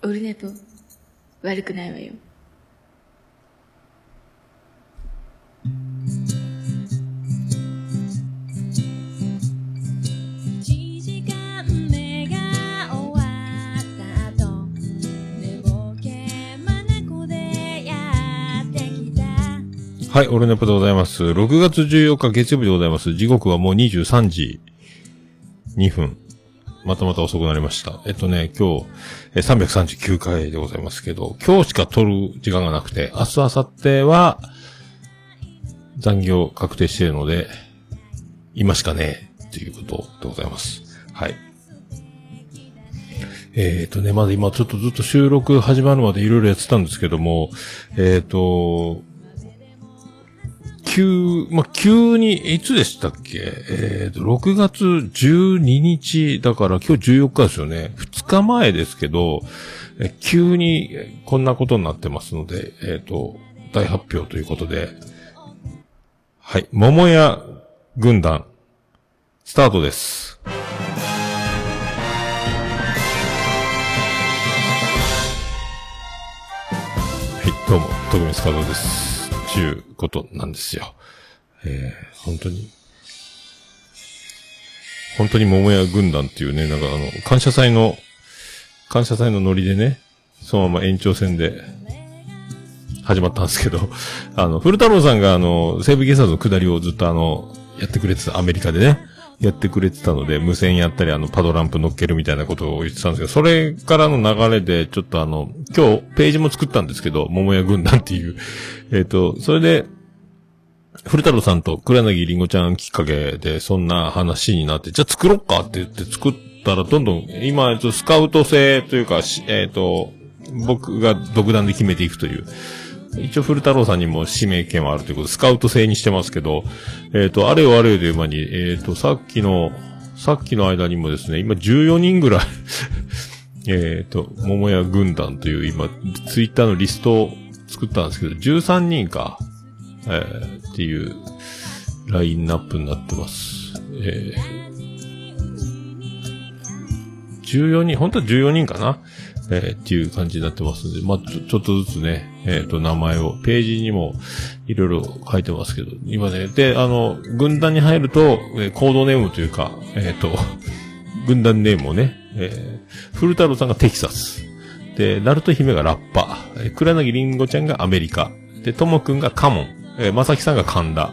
オルネポ悪くないわよ。 はい、オルネポでございます。6月14日月曜日でございます。時刻はもう23時2分。またまた遅くなりました。今日、339回でございますけど、今日しか撮る時間がなくて、明日、明後日は、残業確定しているので、今しかねえ、ということでございます。はい。まだ今ちょっとずっと収録始まるまでいろいろやってたんですけども、急に、いつでしたっけ6月12日、だから今日14日ですよね。2日前ですけど、急にこんなことになってますので、大発表ということで、はい、桃屋軍団、スタートです。はい、どうも、徳光スカートです。ということなんですよ。本当に桃屋軍団っていうね、なんか感謝祭のノリでね、そのまま延長戦で始まったんですけど、古太郎さんが西部警察の下りをずっとやってくれてた、アメリカでね、やってくれてたので、無線やったりパドランプ乗っけるみたいなことを言ってたんですけど、それからの流れで、ちょっと今日ページも作ったんですけど、桃屋軍団っていう、それで、古太郎さんと黒柳りんごちゃんきっかけで、そんな話になって、じゃあ作ろっかって言って作ったら、どんどん、今、スカウト制というか、僕が独断で決めていくという、一応古太郎さんにも指名権はあるということで、スカウト制にしてますけど、あれよあれよで馬に、さっきの間にもですね、今14人ぐらい、桃屋軍団という今、ツイッターのリストを作ったんですけど、13人か、っていうラインナップになってます。14人、本当は14人かなっていう感じになってますので、ちょっとずつね、名前を、ページにもいろいろ書いてますけど、今ね、で、軍団に入ると、コードネームというか、軍団ネームをね、古太郎さんがテキサス。で、ナルト姫がラッパ。黒柳りんごちゃんがアメリカ。で、ともくんがカモン。まさきさんが神田。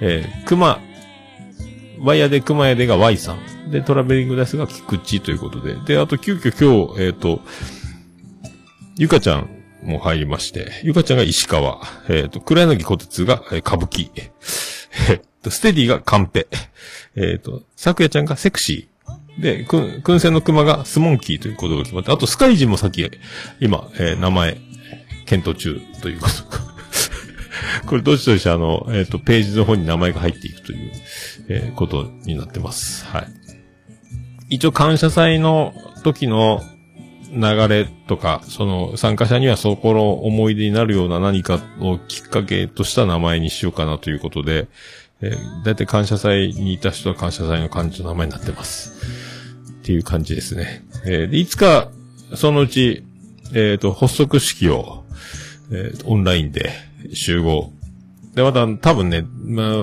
ワイヤで熊屋でが Y さん。で、トラベリングダイスが菊池ということで。で、あと急遽今日、ゆかちゃんも入りまして、ゆかちゃんが石川。黒柳小鉄が歌舞伎。ステディがカンペ。さくやちゃんがセクシー。で、燻製の熊がスモンキーということが決まって、あとスカイジンもさっき、今、名前、検討中ということ。これどっちとしてページの方に名前が入っていくという、ことになってます。はい。一応感謝祭の時の流れとか、その参加者にはそこの思い出になるような何かをきっかけとした名前にしようかなということで、だいたい感謝祭にいた人は感謝祭の漢字の名前になってます。っていう感じですね。で、いつか、そのうち、発足式を、オンラインで集合。で、また多分ね、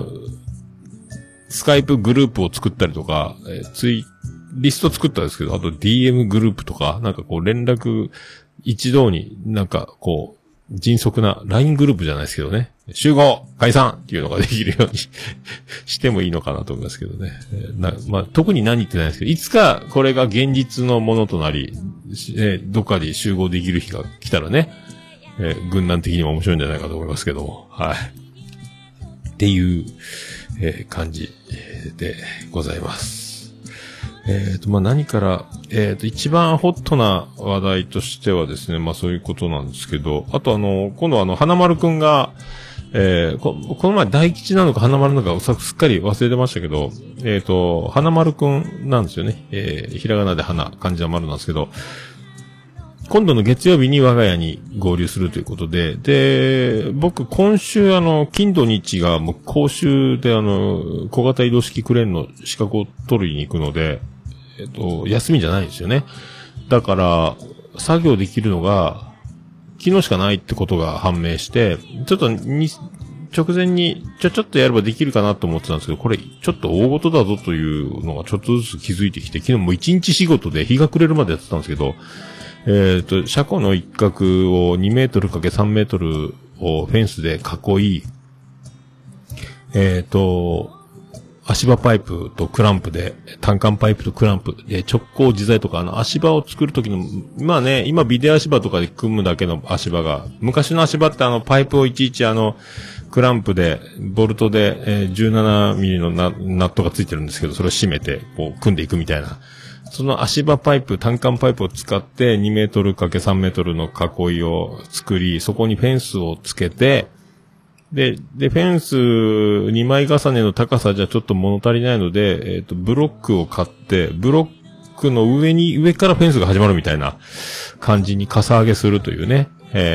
スカイプグループを作ったりとか、リスト作ったんですけど、あと DM グループとか、なんかこう連絡一堂になんかこう、迅速な LINE グループじゃないですけどね。集合解散っていうのができるようにしてもいいのかなと思いますけどね。特に何言ってないですけど、いつかこれが現実のものとなり、どっかで集合できる日が来たらね、軍団的にも面白いんじゃないかと思いますけども。はい。っていう、感じでございます。何から、一番ホットな話題としてはですね、そういうことなんですけど、あと今度花丸くんが、この前大吉なのか花丸なのかすっかり忘れてましたけど、花丸くんなんですよね。ひらがなで花、漢字は丸なんですけど、今度の月曜日に我が家に合流するということで、で、僕今週金土日がもう講習で小型移動式クレーンの資格を取りに行くので、休みじゃないんですよね。だから、 作業できるのが、昨日しかないってことが判明して、ちょっと直前にちょっとやればできるかなと思ってたんですけど、これちょっと大事だぞというのがちょっとずつ気づいてきて、昨日も1日仕事で日が暮れるまでやってたんですけど、車庫の一角を2メートル ×3 メートルをフェンスで囲い、足場パイプとクランプで、単管パイプとクランプで直行自在とか、足場を作るときの、まあね、今ビデ足場とかで組むだけの足場が、昔の足場ってパイプをいちいちクランプで、ボルトで、17ミリのナットがついてるんですけど、それを締めて、こう、組んでいくみたいな。その足場パイプ、単管パイプを使って2メートル ×3 メートルの囲いを作り、そこにフェンスをつけて、で、フェンス2枚重ねの高さじゃちょっと物足りないので、ブロックを買って、ブロックの上からフェンスが始まるみたいな感じにかさ上げするというね、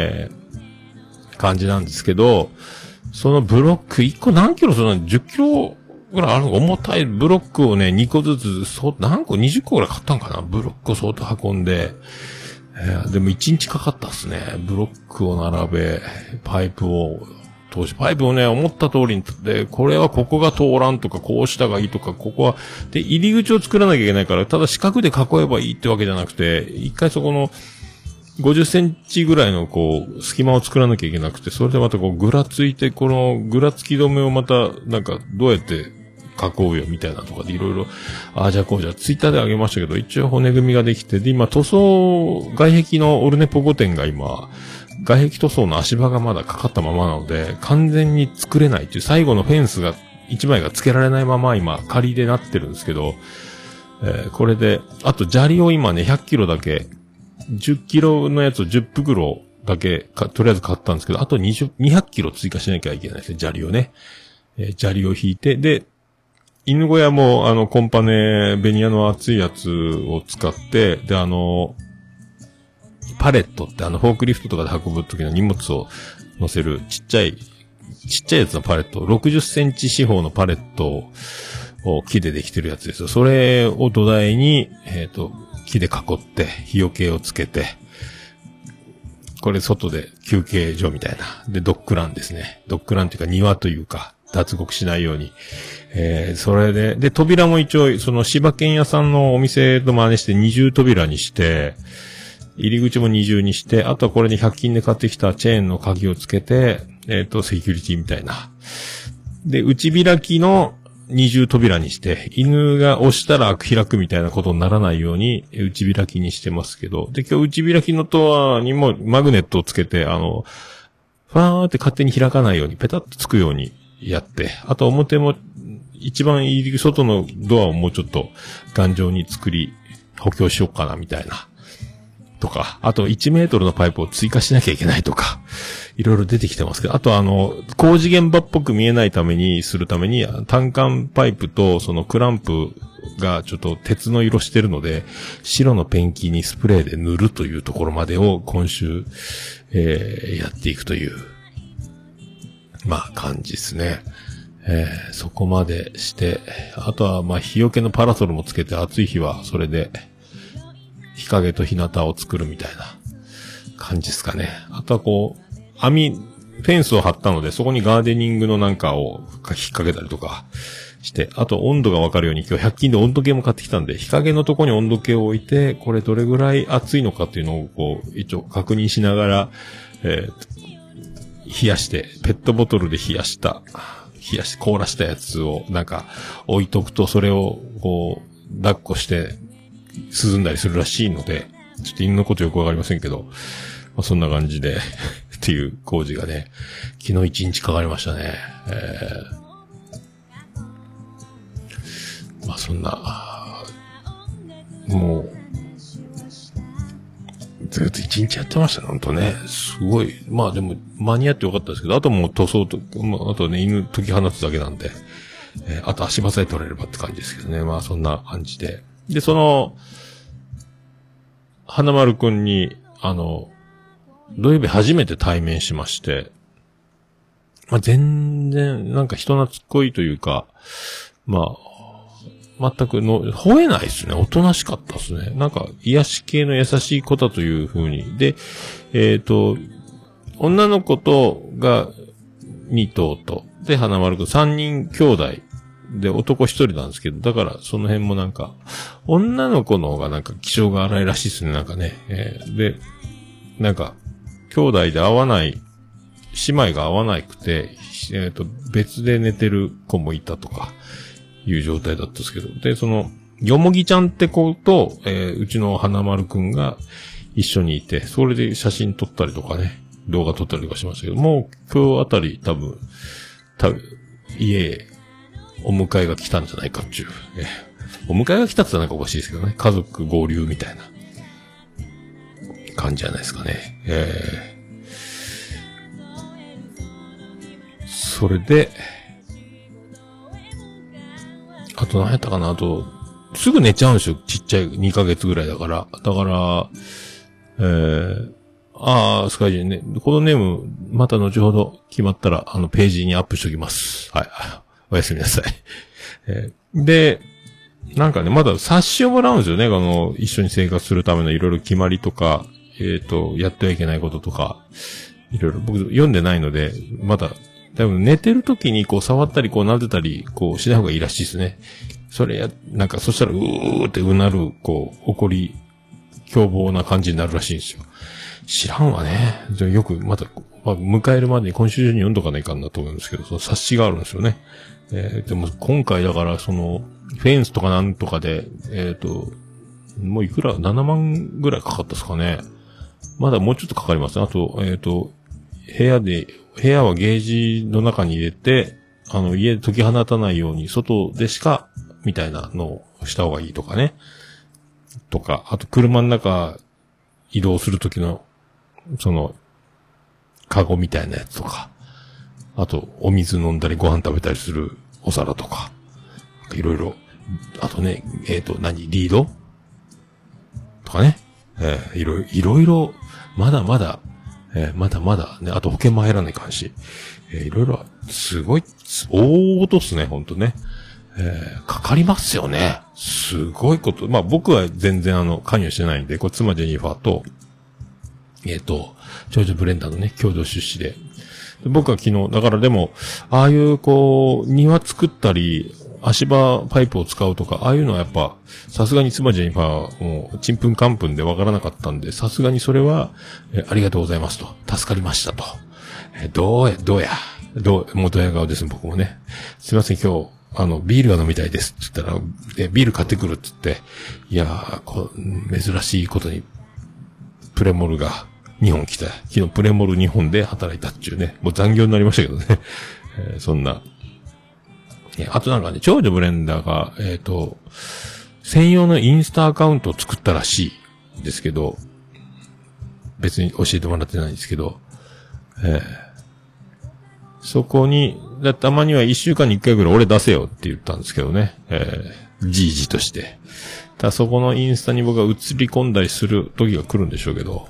感じなんですけど、そのブロック1個何キロするの ?10 キロぐらいあるの重たいブロックをね、2個ずつ、何個 ?20 個ぐらい買ったんかなブロックを相当運んで、でも1日かかったっすね。ブロックを並べ、パイプをね、思った通りに、で、これはここが通らんとか、こうしたがいいとか、ここは、で、入り口を作らなきゃいけないから、ただ四角で囲えばいいってわけじゃなくて、一回そこの、50センチぐらいのこう、隙間を作らなきゃいけなくて、それでまたこう、ぐらついて、この、ぐらつき止めをまた、なんか、どうやって囲うよ、みたいなとかでいろいろ、じゃあこうじゃ、ツイッターであげましたけど、一応骨組みができて、で、今、外壁のオルネポ5点が今、外壁塗装の足場がまだかかったままなので、完全に作れないっていう、最後のフェンスが、1枚が付けられないまま今、仮でなってるんですけど、これで、あと砂利を今ね、100キロだけ、10キロのやつを10袋だけとりあえず買ったんですけど、あと200キロ追加しなきゃいけないですね、砂利をね。砂利を引いて、で、犬小屋もコンパネ、ベニヤの厚いやつを使って、で、パレットってフォークリフトとかで運ぶ時の荷物を乗せるちっちゃいやつのパレット、60センチ四方のパレットを木でできてるやつですよ。それを土台に、木で囲って、日よけをつけて、これ外で休憩所みたいな。で、ドッグランですね。ドッグランというか庭というか、脱獄しないように。それで、扉も一応、その柴犬屋さんのお店と真似して二重扉にして、入り口も二重にして、あとはこれに100均で買ってきたチェーンの鍵をつけて、セキュリティみたいな。で、内開きの二重扉にして、犬が押したら開くみたいなことにならないように、内開きにしてますけど、で、今日内開きのドアにもマグネットをつけて、ファーって勝手に開かないように、ペタッとつくようにやって、あと表も、一番入り外のドアをもうちょっと頑丈に作り、補強しようかな、みたいな。とか、あと1メートルのパイプを追加しなきゃいけないとか、いろいろ出てきてますけど、あと工事現場っぽく見えないために、単管パイプとそのクランプがちょっと鉄の色してるので、白のペンキにスプレーで塗るというところまでを今週、やっていくという、感じですね。そこまでして、あとは日よけのパラソルもつけて暑い日はそれで、日陰と日向を作るみたいな感じですかね。あとはフェンスを張ったので、そこにガーデニングのなんかを引っ掛けたりとかして、あと温度がわかるように今日100均で温度計も買ってきたんで、日陰のとこに温度計を置いて、これどれぐらい暑いのかっていうのを一応確認しながら、冷やして、ペットボトルで冷やして凍らしたやつをなんか置いとくと、それを抱っこして、涼んだりするらしいので、ちょっと犬のことよくわかりませんけど、そんな感じで、っていう工事がね、昨日1日かかりましたね。そんな、もう、ずっと1日やってましたね、ほんとね。すごい。でも、間に合ってよかったですけど、あともう塗装と、あとね、犬解き放つだけなんで、あと足場さえ取れればって感じですけどね。そんな感じで。で、花丸くんに、土曜日初めて対面しまして、全然、なんか人懐っこいというか、 全く吠えないですね。おとなしかったですね。なんか、癒し系の優しい子だという風に。で、女の子が2頭と、で、花丸くん3人兄弟で男1人なんですけど、だからその辺もなんか、女の子の方がなんか気性が荒いらしいですね、なんかね。で、なんか、兄弟で会わない、姉妹が会わなくて、別で寝てる子もいたとか、いう状態だったんですけど。で、よもぎちゃんって子と、うちの花丸くんが一緒にいて、それで写真撮ったりとかね、動画撮ったりとかしましたけど、もう今日あたり多分、家へお迎えが来たんじゃないかっていう。お迎えが来たって言ったらなんかおかしいですけどね。家族合流みたいな感じじゃないですかね。それで、あと何やったかな、あと、すぐ寝ちゃうんですよ。ちっちゃい2ヶ月ぐらいだから。だから、スカイジンね。このネーム、また後ほど決まったら、ページにアップしときます。はい。おやすみなさい。で、なんかね、まだ冊子をもらうんですよね。一緒に生活するためのいろいろ決まりとか、やってはいけないこととか、いろいろ僕読んでないので、まだ、多分寝てる時にこう触ったりこう撫でたりこうしない方がいいらしいですね。なんかそしたらってうなる、こう、怒り、凶暴な感じになるらしいんですよ。知らんわね。よくまた、迎えるまでに今週中に読んどかないかんなと思うんですけど、その冊子があるんですよね。でも今回だからフェンスとかなんとかで、もういくら、7万ぐらいかかったですかね。まだもうちょっとかかります。あと、部屋はゲージの中に入れて、家で解き放たないように、外でしか、みたいなのをした方がいいとかね。とか、あと車の中、移動するときの、カゴみたいなやつとか、あと、お水飲んだりご飯食べたりするお皿とか、いろいろ、あとね、リードとかね。いろいろ、まだまだね、あと保険も入らないかんし、いろいろ、すごい、大事っすね、ほんとね。かかりますよね。すごいこと。まあ僕は全然関与してないんで、これ妻ジェニファーと、長女ブレンダーのね、共同出資で。僕は昨日、だからでも、ああいうこう、庭作ったり、足場パイプを使うとか、ああいうのはやっぱ、さすがに妻ジェニファーも、ちんぷんかんぷんでわからなかったんで、さすがにそれは、ありがとうございますと。助かりましたと。もうドヤ顔です、僕もね。すいません、今日、ビールが飲みたいです。って言ったら、ビール買ってくるって言って、いやー、珍しいことに、プレモルが2本来た。昨日プレモル2本で働いたっていうね。もう残業になりましたけどね。そんな。あとなんかね、長女ブレンダーが、専用のインスタアカウントを作ったらしいんですけど、別に教えてもらってないんですけど、そこに、たまには1週間に1回ぐらい俺出せよって言ったんですけどね。じいじとして。ただそこのインスタに僕が映り込んだりする時が来るんでしょうけど、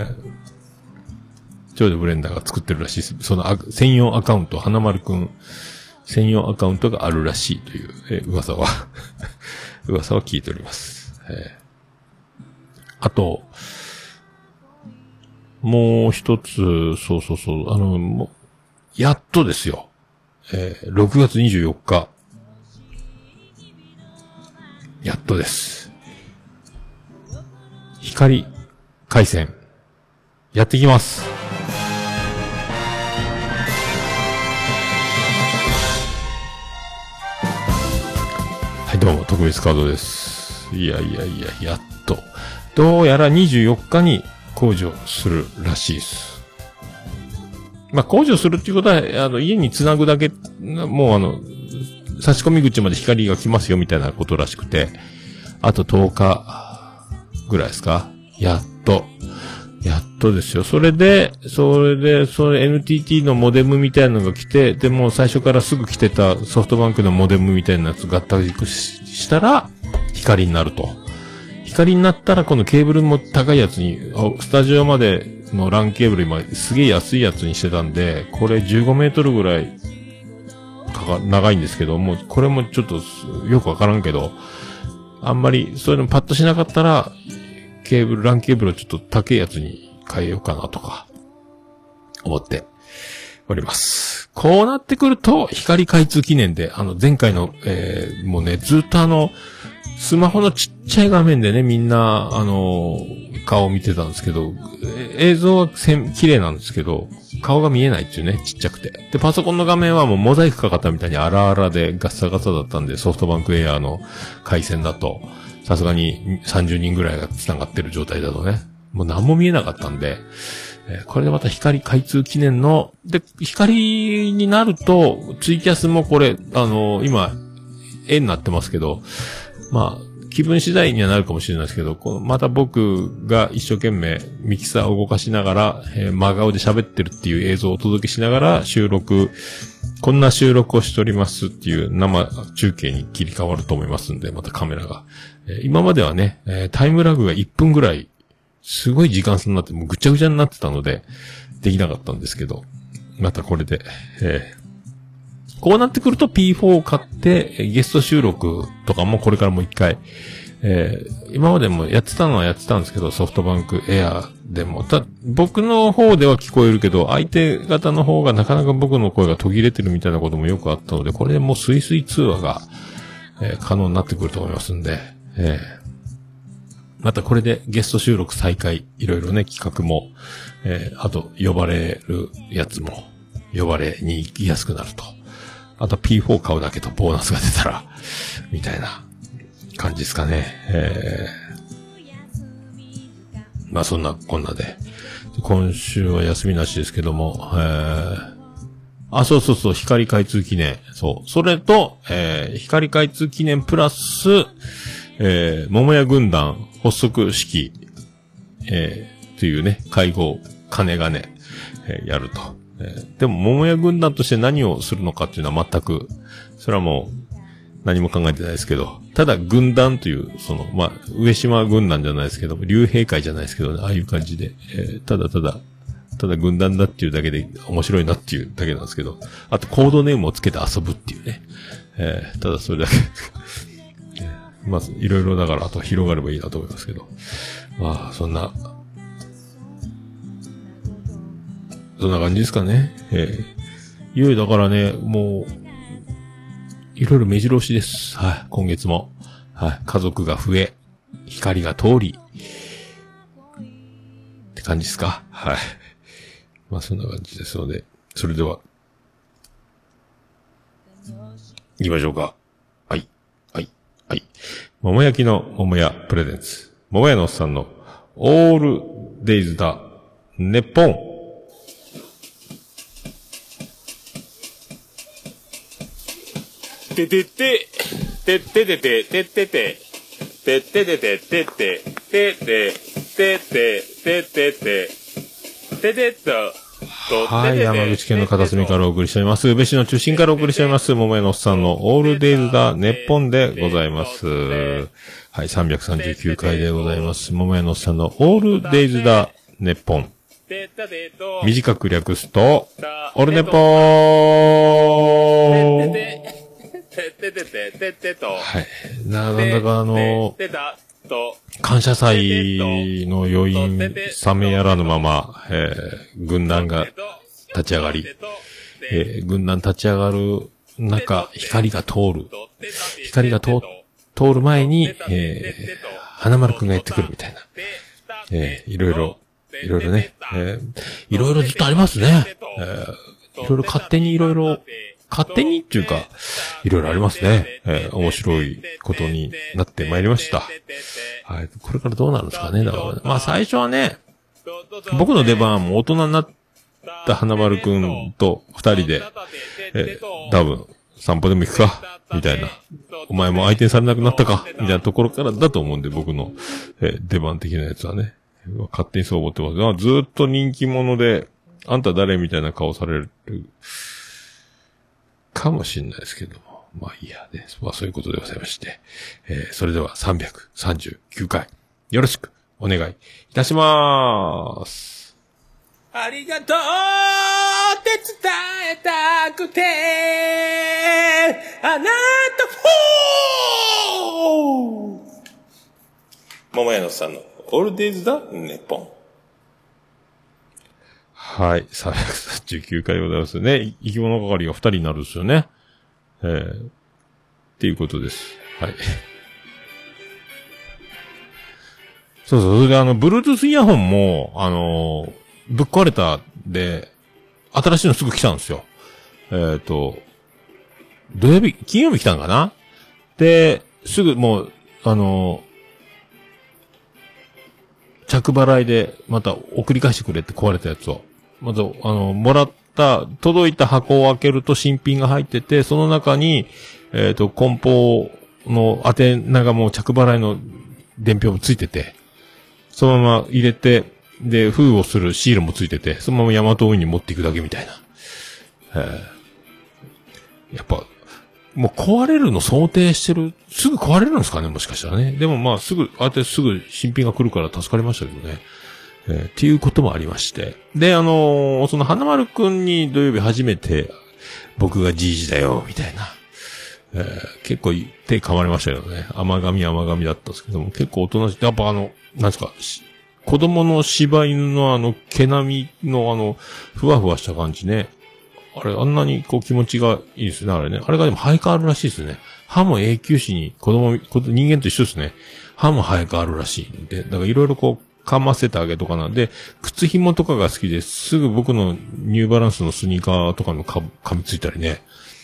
長女ブレンダーが作ってるらしいです。その専用アカウント、花丸くん専用アカウントがあるらしいという、噂は聞いております。あと、もう一つ、そうやっとですよ。6月24日。やっとです。光回線。やってきます。はい、どうも、特別カードです。いや、やっと。どうやら24日に工事をするらしいです。まあ、工事をするっていうことは、家につなぐだけ、もう差し込み口まで光が来ますよみたいなことらしくて、あと10日ぐらいですか？やっとですよ。それで、NTT のモデムみたいなのが来て、でも最初からすぐ来てたソフトバンクのモデムみたいなやつ合体したら、光になると。光になったら、このケーブルも高いやつに、スタジオまでの LAN ケーブル今すげえ安いやつにしてたんで、これ15メートルぐらいかか長いんですけど、もうこれもちょっとよくわからんけど、あんまりそういうのパッとしなかったら、LAN ケーブルをちょっと高いやつに変えようかなとか、思っております。こうなってくると、光開通記念で、前回の、もうね、ずっとスマホのちっちゃい画面でね、みんな、顔を見てたんですけど、映像は綺麗なんですけど、顔が見えないっていうね、ちっちゃくて。で、パソコンの画面はもうモザイクかかったみたいに荒々でガッサガサだったんで、ソフトバンクエアの回線だと、さすがに30人ぐらいが繋がってる状態だとね、もう何も見えなかったんで、これでまた光開通記念の、で、光になると、ツイキャスもこれ、今、絵になってますけど、まあ、気分次第にはなるかもしれないですけど、また僕が一生懸命ミキサーを動かしながら、真顔で喋ってるっていう映像をお届けしながらこんな収録をしておりますっていう生中継に切り替わると思いますんで、またカメラが。今まではね、タイムラグが1分ぐらい、すごい時間差になって、もうぐちゃぐちゃになってたので、できなかったんですけど、またこれで、こうなってくると P4 を買って、ゲスト収録とかもこれからもう一回、今までもやってたのはやってたんですけど、ソフトバンクエアでも、僕の方では聞こえるけど、相手方の方がなかなか僕の声が途切れてるみたいなこともよくあったので、これでもうスイスイ通話が、可能になってくると思いますんで、またこれでゲスト収録再開、いろいろね、企画も、あと呼ばれるやつも、呼ばれに行きやすくなると。あと P4 買うだけとボーナスが出たら、みたいな感じですかね。まあそんなこんなで。今週は休みなしですけども、そう、光開通記念。そう。それと、光開通記念プラス、桃屋軍団発足式、というね、会合、金がね、やると。でも、桃屋軍団として何をするのかっていうのは全く、それはもう、何も考えてないですけど、ただ軍団という、まあ、上島軍団じゃないですけど、竜兵会じゃないですけどね、ああいう感じで、ただ軍団だっていうだけで面白いなっていうだけなんですけど、あとコードネームをつけて遊ぶっていうね、ただそれだけ、まず、いろいろだから、あと広がればいいなと思いますけど、まあ、そんな感じですかね。いよいよだからね、もう、いろいろ目白押しです。はい、今月も。はい、家族が増え、光が通り、って感じですか。はい。まあそんな感じですので、それでは、行きましょうか。はい。桃焼きの桃屋プレゼンツ。桃屋のおっさんのオールデイズだ、ネッポン。ててて、てててて、ててて、てててて、てて、てて、てて、ててて、ててと、はい、山口県の片隅からお送りしております。宇部市の中心からお送りしております。桃屋のおっさんのオールデイズだ、ネッポンでございます。はい、339回でございます。桃屋のおっさんのオールデイズだ、ネッポン。短く略すと、オルネポーはい。なんだか感謝祭の余韻、冷めやらぬまま、軍団が立ち上がり、軍団立ち上がる中、光が通る前に、花丸くんがやってくるみたいな。いろいろね、いろいろずっとありますね。いろいろ勝手にっていうか、いろいろありますね。面白いことになってまいりました。はい。これからどうなるんですかね。だから、まあ最初はね、僕の出番も大人になった花丸くんと二人で、多分、散歩でも行くかみたいな。お前も相手にされなくなったかみたいなところからだと思うんで、僕の、出番的なやつはね。勝手にそう思ってます。ずっと人気者で、あんた誰みたいな顔される。かもしれないですけども。まあいいやね。まあそういうことでございまして。それでは339回。よろしくお願いいたしまーす。 ありがとうって伝えたくて、あなた桃屋のさんのオールデイズだネポン。はい。339回でございますね。生き物係が2人になるんですよね。っていうことです。はい。そうそう。それでBluetooth イヤホンも、ぶっ壊れたで、新しいのすぐ来たんですよ。土曜日、金曜日来たんかなで、すぐもう、着払いで、また送り返してくれって壊れたやつを。まず、届いた箱を開けると新品が入ってて、その中に、梱包の宛名がもう着払いの伝票もついてて、そのまま入れて、で、封をするシールもついてて、そのままヤマト運輸に持っていくだけみたいな。やっぱ、もう壊れるの想定してる。すぐ壊れるんですかねもしかしたらね。でもまあすぐ新品が来るから助かりましたけどね。っていうこともありまして。で、その花丸くんに土曜日初めて、僕がじいじだよ、みたいな。結構手噛まれましたけどね。甘噛みだったんですけども、結構おとなしい。やっぱなんですか、子供の柴犬の毛並みのふわふわした感じね。あれ、あんなにこう気持ちがいいですね、あれね。あれがでも生え変わるらしいですね。歯も永久歯に人間と一緒ですね。歯も生え変わるらしいんで、だからいろいろこう、噛ませてあげとかなんで、靴紐とかが好きです。すぐ僕のニューバランスのスニーカーとかの噛みついたりね。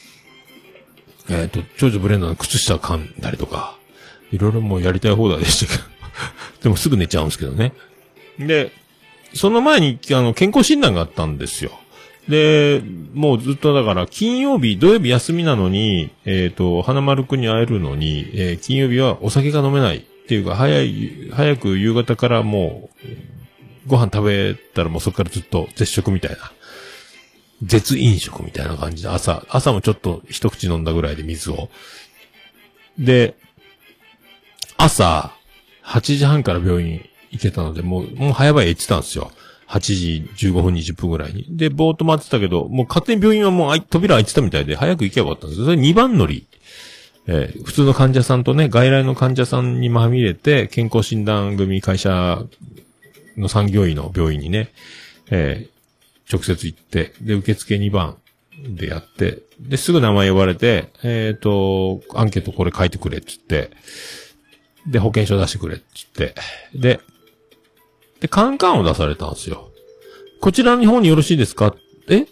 長女ブレンダーの靴下噛んだりとか、いろいろもうやりたい放題でしたけど。でもすぐ寝ちゃうんですけどね。で、その前に、健康診断があったんですよ。で、もうずっとだから、土曜日休みなのに、花丸くんに会えるのに、金曜日はお酒が飲めないっていうか、早く夕方からもう、ご飯食べたらもうそこからずっと絶食みたいな。絶飲食みたいな感じで、朝もちょっと一口飲んだぐらいで水を。で、朝、8時半から病院行けたので、もう早々行ってたんですよ。8時15分20分ぐらいに。で、ぼーっと待ってたけど、もう勝手に病院はもう扉開いてたみたいで、早く行けばよかったんですよ。それ2番乗り。普通の患者さんとね、外来の患者さんにまみれて、健康診断組会社の産業医の病院にね、直接行って、で、受付2番でやって、で、すぐ名前呼ばれて、アンケートこれ書いてくれって言って、で、保険証出してくれって言って、で、カンカンを出されたんですよ。こちらの方によろしいですか？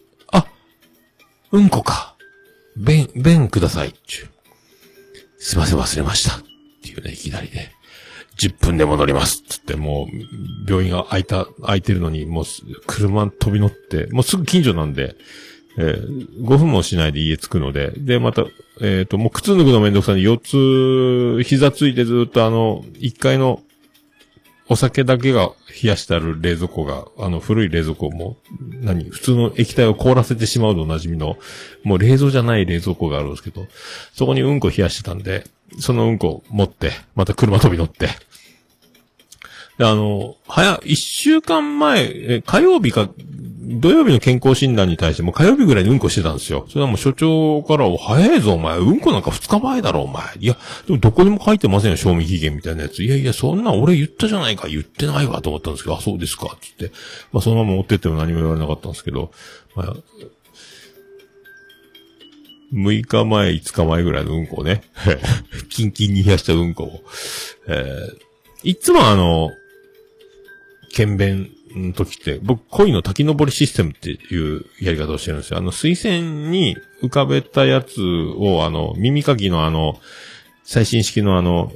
うんこか。便くださいっていう。すいません忘れました。っていうね、いきなりね。10分で戻りますつって、もう、病院が空いてるのに、もう、車飛び乗って、もうすぐ近所なんで、5分もしないで家着くので、で、また、もう靴脱ぐのめんどくさいんで、4つ、膝ついてずっと1階の、お酒だけが冷やしてある冷蔵庫が、古い冷蔵庫も、普通の液体を凍らせてしまうのおなじみの、もう冷蔵じゃない冷蔵庫があるんですけど、そこにうんこ冷やしてたんで、そのうんこ持って、また車飛び乗って、で、1週間前、火曜日か、土曜日の健康診断に対しても火曜日ぐらいにうんこしてたんですよ。それはもう所長から、早いぞお前、うんこなんか2日前だろお前。いや、でもどこにも書いてませんよ、賞味期限みたいなやつ。いや、そんな俺言ったじゃないか、言ってないわと思ったんですけど、そうですか、つって。まあそのまま持ってっても何も言われなかったんですけど、まあ、6日前、5日前ぐらいのうんこをね、キンキンに冷やしたうんこを、いつも検便の時って、僕、恋の滝登りシステムっていうやり方をしてるんですよ。水栓に浮かべたやつを、耳かきの最新式の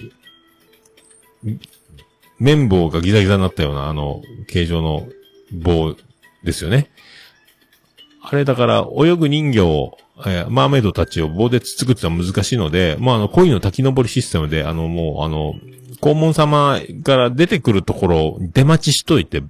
綿棒がギザギザになったような、形状の棒ですよね。あれだから、泳ぐ人形を、マーメイドたちを棒でつつくってのは難しいので、まあ、恋の滝登りシステムで、もう黄門様から出てくるところを出待ちしといて、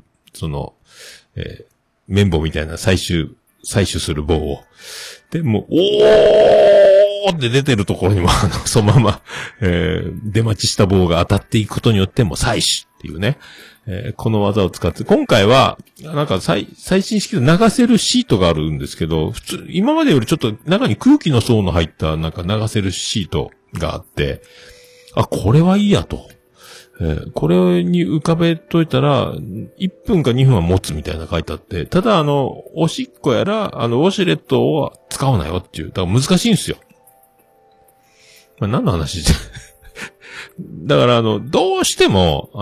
綿棒みたいな採取する棒を。で、もう、おーって出てるところにも、そのまま、出待ちした棒が当たっていくことによっても採取っっていうね。この技を使って、今回は、なんか最新式で流せるシートがあるんですけど、普通、今までよりちょっと中に空気の層の入ったなんか流せるシートがあって、あ、これはいいやと。これに浮かべといたら、1分か2分は持つみたいな書いてあって、ただおしっこやら、ウォシュレットを使うなよっていう、だから難しいんですよ。まあ、何の話だからどうしても、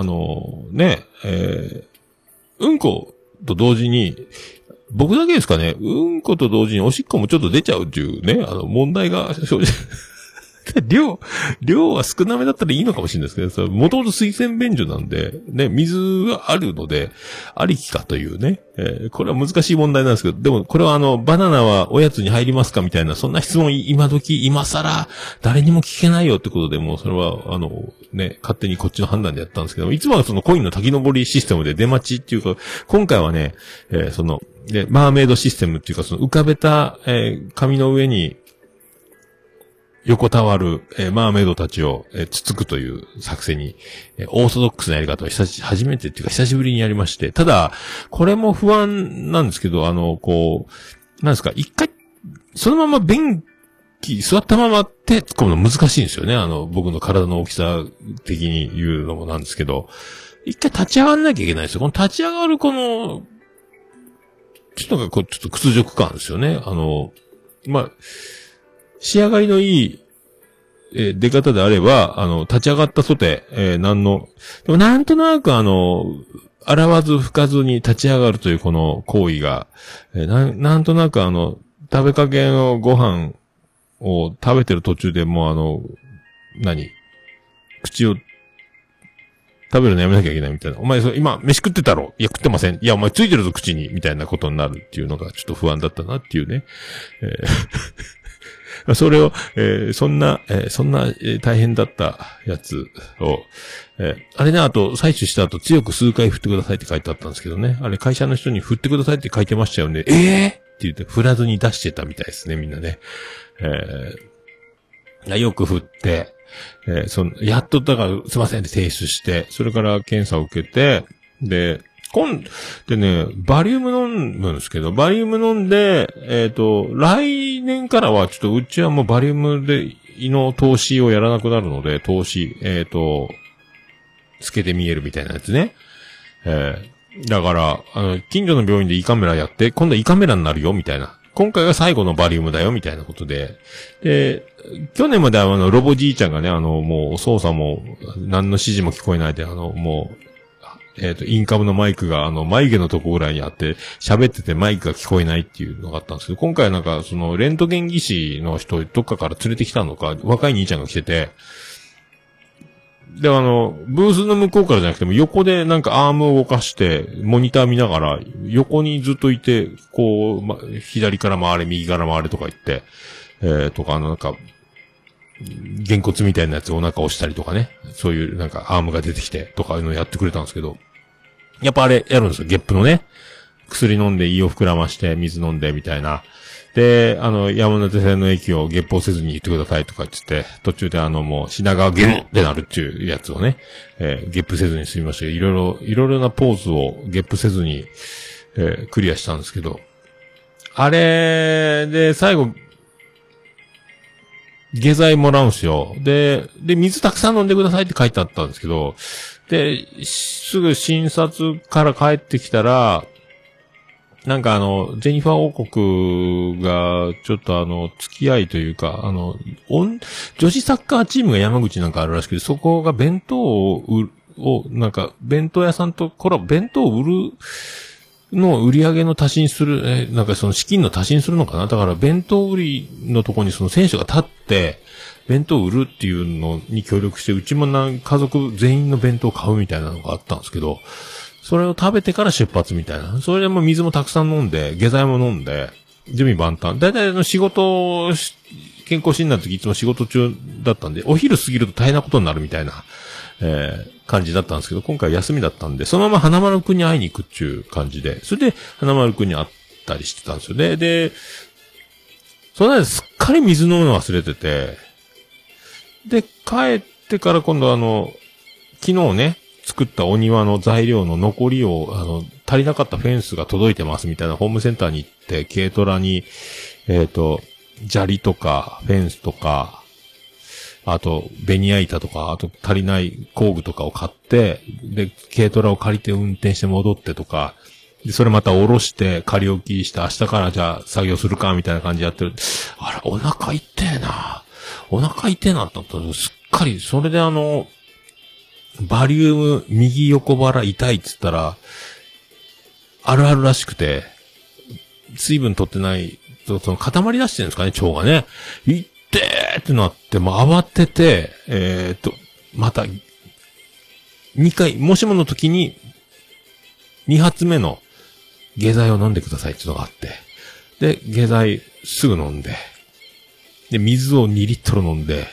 うんこと同時に、僕だけですかね、うんこと同時におしっこもちょっと出ちゃうっていうね、問題が生じ量は少なめだったらいいのかもしれないですけど、もともと水洗便所なんで、ね、水があるので、ありきかというね、これは難しい問題なんですけど、でもこれはバナナはおやつに入りますかみたいな、そんな質問今時、今更、誰にも聞けないよってことで、もうそれは、勝手にこっちの判断でやったんですけど、いつもはそのコインの滝登りシステムで出待ちっていうか、今回はね、マーメイドシステムっていうか、その浮かべた、紙の上に、横たわる、マーメイドたちを、つつくという作戦に、オーソドックスなやり方を初めてっていうか久しぶりにやりまして、ただ、これも不安なんですけど、なんですか、一回、そのまま便器、座ったまま手突っ込むの難しいんですよね。僕の体の大きさ的に言うのもなんですけど、一回立ち上がんなきゃいけないんですよ。この立ち上がるちょっと屈辱感ですよね。仕上がりのいい、出方であれば、立ち上がった素手、でもなんとなく洗わず拭かずに立ち上がるというこの行為が、なんとなく食べかけのご飯を食べてる途中でもう口を食べるのやめなきゃいけないみたいな。お前今飯食ってたろ？いや食ってません。いやお前ついてるぞ口にみたいなことになるっていうのがちょっと不安だったなっていうね。それを、そんな大変だったやつを、あれね、あと、採取した後強く数回振ってくださいって書いてあったんですけどね。あれ会社の人に振ってくださいって書いてましたよね。って言って振らずに出してたみたいですね、みんなね。よく振って、やっとだからすいませんって提出して、それから検査を受けて、でね、バリウム飲むんですけど、バリウム飲んで、来年からはちょっとうちはもうバリウムで胃の透視をやらなくなるので、透視、つけて見えるみたいなやつね。だから、近所の病院で胃カメラやって、今度は胃カメラになるよ、みたいな。今回が最後のバリウムだよ、みたいなことで。で、去年まではロボじいちゃんがね、もう操作も、何の指示も聞こえないで、もう、インカムのマイクが眉毛のとこぐらいにあって、喋っててマイクが聞こえないっていうのがあったんですけど、今回はなんか、レントゲン技師の人、どっかから連れてきたのか、若い兄ちゃんが来てて、で、ブースの向こうからじゃなくても、横でなんかアームを動かして、モニター見ながら、横にずっといて、こう、左から回れ、右から回れとか言って、とかなんか、げんこつみたいなやつをお腹押したりとかね、そういうなんかアームが出てきて、とかいうのをやってくれたんですけど、やっぱあれやるんですよ、ゲップのね。薬飲んで胃を膨らまして、水飲んでみたいな。で、山手線の駅をゲップをせずに行ってくださいとか言って、途中でもう品川ゲッってなるっていうやつをね、ゲップせずに済みましたけど、いろいろなポーズをゲップせずに、クリアしたんですけど、あれで最後、下剤もらうんすよ。で、水たくさん飲んでくださいって書いてあったんですけど、で、すぐ診察から帰ってきたら、なんかジェニファー王国が、ちょっと付き合いというか、女子サッカーチームが山口なんかあるらしくて、そこが弁当をなんか、弁当屋さんと弁当を売るの売り上げの足しにする、なんかその資金の足しにするのかな。だから弁当売りのとこにその選手が立って、弁当を売るっていうのに協力して、うちも家族全員の弁当を買うみたいなのがあったんですけど、それを食べてから出発みたいな。それでも水もたくさん飲んで、下剤も飲んで、準備万端。だいたい仕事、健康診断の時いつも仕事中だったんで、お昼過ぎると大変なことになるみたいな、感じだったんですけど、今回休みだったんで、そのまま花丸くんに会いに行くっていう感じで、それで花丸くんに会ったりしてたんですよね。で、その間すっかり水飲むの忘れてて、で、帰ってから今度昨日ね、 作ったお庭の材料の残りを、足りなかったフェンスが届いてますみたいなホームセンターに行って、軽トラに、砂利とか、フェンスとか、あと、ベニヤ板とか、あと足りない工具とかを買って、で、軽トラを借りて運転して戻ってとか、で、それまた下ろして、仮置きして、明日からじゃあ作業するか、みたいな感じでやってる。あら、お腹痛えな。お腹痛えなってなったら、すっかり、それでバリウム、右横腹痛いっつったら、あるあるらしくて、水分取ってないと、その固まり出してるんですかね、腸がね。いってーってなって、もう慌てて、また、2回、もしもの時に、2発目の下剤を飲んでくださいっていうのがあって。で、下剤すぐ飲んで。で、水を2リットル飲んで、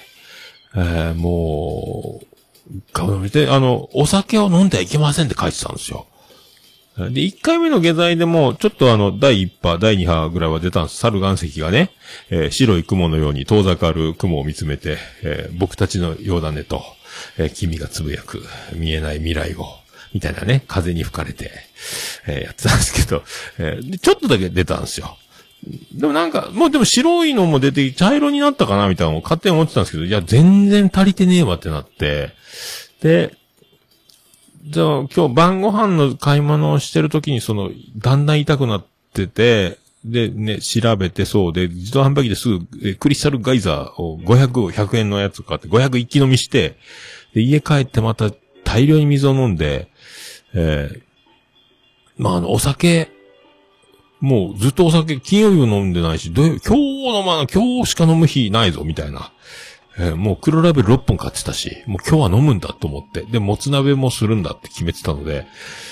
もう、で、お酒を飲んではいけませんって書いてたんですよ。で、1回目の下剤でも、ちょっと第1波、第2波ぐらいは出たんです。猿岩石がね、白い雲のように遠ざかる雲を見つめて、僕たちのようだねと、君がつぶやく、見えない未来を、みたいなね、風に吹かれて、やってたんですけど、で、ちょっとだけ出たんですよ。でもなんか、もうでも白いのも出て、茶色になったかなみたいなのを勝手に思ってたんですけど、いや、全然足りてねえわってなって、で、じゃあ今日晩ご飯の買い物をしてる時にだんだん痛くなってて、でね、調べてそうで、自動販売機ですぐ、クリスタルガイザーを100円のやつ買って、500一気飲みして、で、家帰ってまた大量に水を飲んで、お酒、もうずっとお酒、金曜日も飲んでないし、今日しか飲む日ないぞ、みたいな。もう黒ラベル6本買ってたし、もう今日は飲むんだと思って、で、もつ鍋もするんだって決めてたので、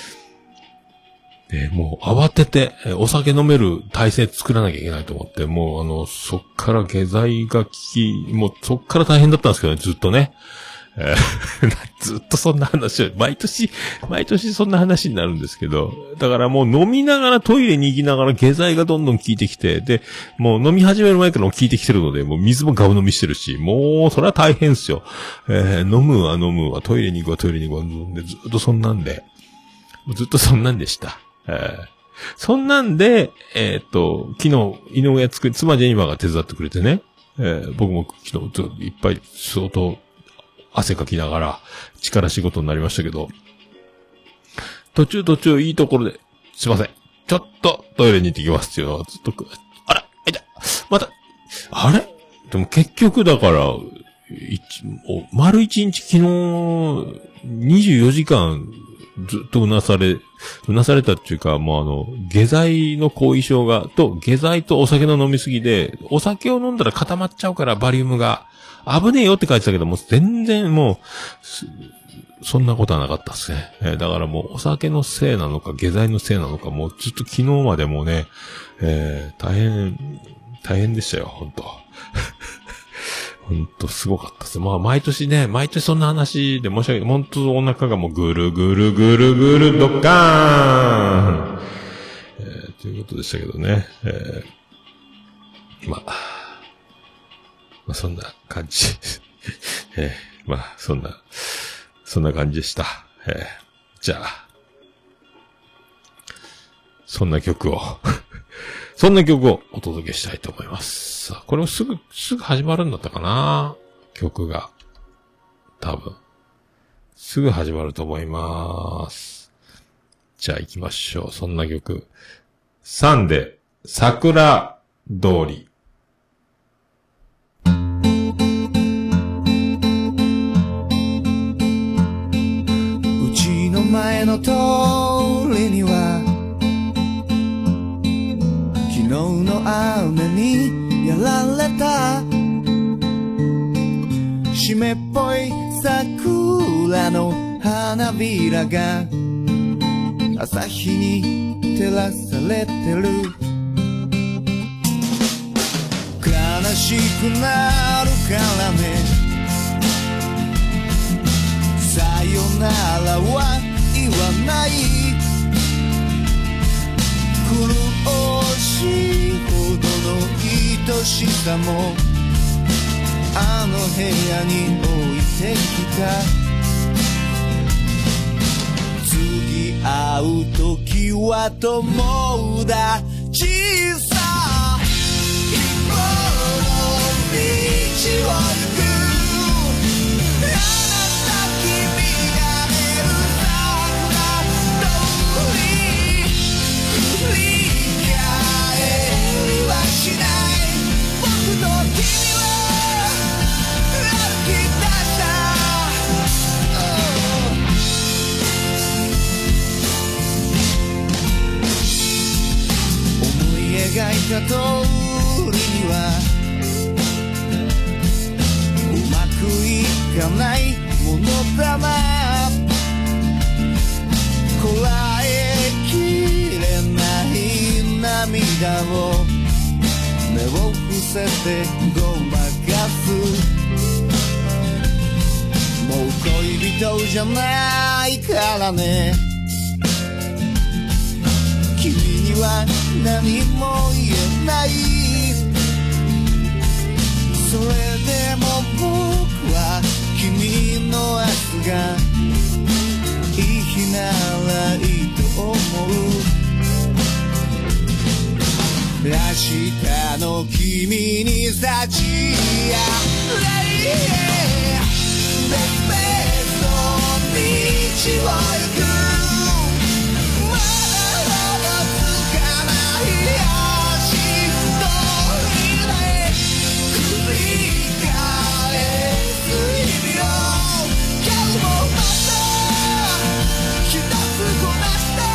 で、もう慌てて、お酒飲める体制作らなきゃいけないと思って、もうそっから下剤が効き、もうそっから大変だったんですけどね、ずっとね。ずっとそんな話を、毎年そんな話になるんですけど、だからもう飲みながらトイレに行きながら下剤がどんどん効いてきて、で、もう飲み始める前からも効いてきてるので、もう水もガブ飲みしてるし、もうそれは大変ですよ。飲むわ、トイレに行くわ、で、ずっとそんなんで、ずっとそんなんでした。そんなんで、昨日、井上妻ジェニファーが手伝ってくれてね、僕も昨日いっぱい相当、汗かきながら力仕事になりましたけど、途中いいところで、すいません。ちょっとトイレに行ってきますっていうのはずっと、あら、また、あれでも結局だから、丸一日昨日、24時間ずっとうなされたっていうか、もう下剤の後遺症下剤とお酒の飲みすぎで、お酒を飲んだら固まっちゃうからバリウムが、危ねえよって書いてたけども、全然もう、そんなことはなかったですね。だからもうお酒のせいなのか、下剤のせいなのか、もうずっと昨日までもね、大変でしたよ、ほんと。ほんとすごかったです。毎年そんな話で申し訳ない。ほんとお腹がもうぐるぐるドッカーン、ということでしたけどね。そんな感じ。そんな感じでした。じゃあ、そんな曲をお届けしたいと思います。さあ、これもすぐ始まるんだったかな？曲が。多分。すぐ始まると思います。じゃあ行きましょう。そんな曲。3で、桜通り。 前の通りには昨日の雨にやられた湿っぽい桜の花びらが朝日に照らされてる悲しくなるからねさよならは言わない苦しいほどの愛しさもあの部屋に置いてきた会う時は友達さ一歩の道を行くあなた君が見る桜通り振り返りはしない僕と君は歩き出した思い描いた通りにはうまくいかないものだなこらえきれない涙を目を伏せてごまかすもう恋人じゃないからね君には何も言えないそれでも僕は君の明日がいい日ならいいと思う明日の君に幸あれベストの道を行くまだつかない足取りで繰り返す日々を今日もまた一つこなして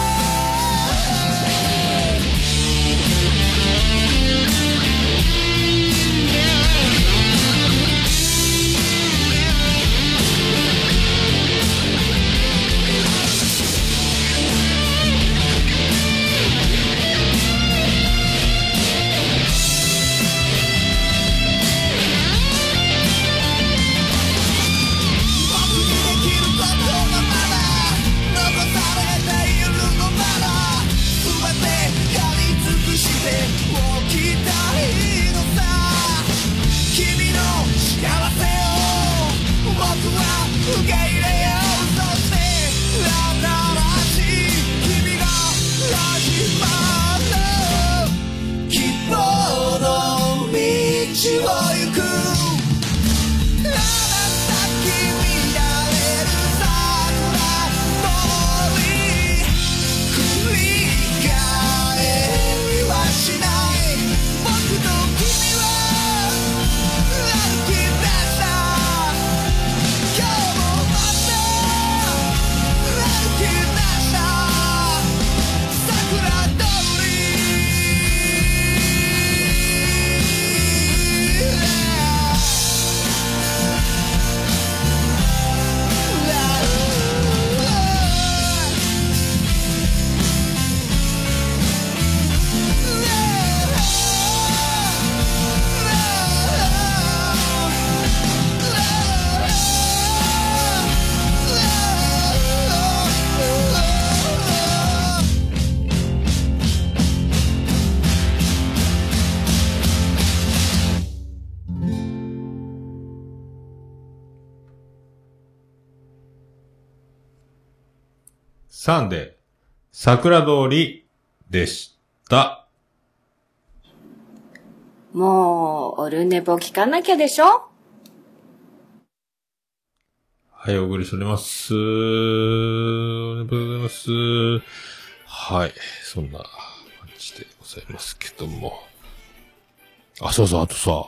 サンデー、桜通りでした。 もう、オルネポ聞かなきゃでしょ？ はい、お送りしております。ありがとうございます。はい、そんな感じでございますけども。あ、そうそう、あとさ、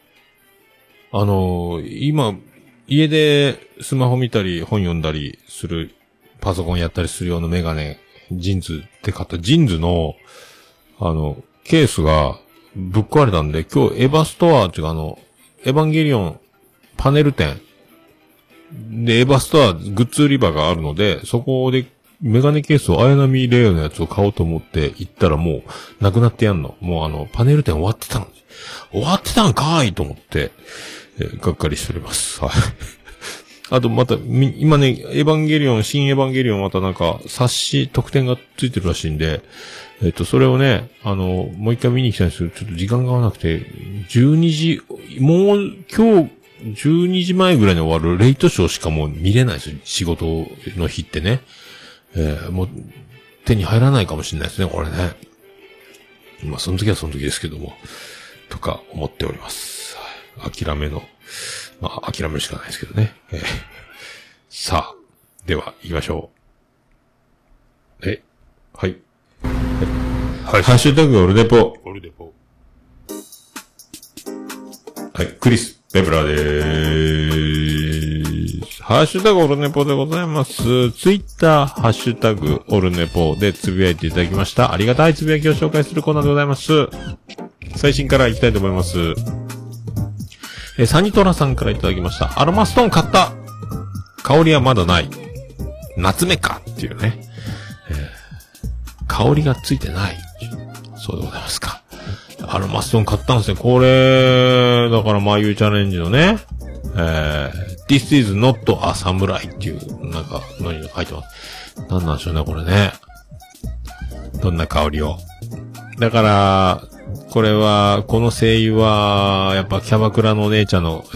今、家でスマホ見たり本読んだりする、パソコンやったりする用のメガネ、ジンズって買ったジンズの、ケースがぶっ壊れたんで、今日エヴァストアっていうかエヴァンゲリオンパネル店でエヴァストアグッズ売り場があるので、そこでメガネケースを綾波レイのやつを買おうと思って行ったらもうなくなってやんの。もうパネル店終わってたの。終わってたんかーいと思って、がっかりしております。はい。あとまた、今ね、新エヴァンゲリオンまたなんか、冊子、特典がついてるらしいんで、それをね、もう一回見に行きたいんですけど、ちょっと時間が合わなくて、12時、もう今日、12時前ぐらいに終わるレイトショーしかもう見れないですよ。仕事の日ってね。もう、 手に入らないかもしれないですね、これね。まあ、その時はその時ですけども、とか思っております。諦めの、まあ、諦めるしかないですけどね。さあ、では、行きましょう。はい。はい。ハッシュタグオルデポ。はい、クリス・ベブラーでーす。ハッシュタグオルネポでございます。ツイッター、ハッシュタグオルネポでつぶやいていただきました。ありがたいつぶやきを紹介するコーナーでございます。最新から行きたいと思います。サニトラさんからいただきました。アロマストーン買った。香りはまだない。夏目かっていうね。香りがついてない。そうでございますか。アロマストーン買ったんですね。これ、だから、まゆチャレンジのね、This is not a samurai っていう、なんか、のに書いてます。なんなんでしょうね、これね。どんな香りを。だから、これは、この声優は、やっぱキャバクラのお姉ちゃんの、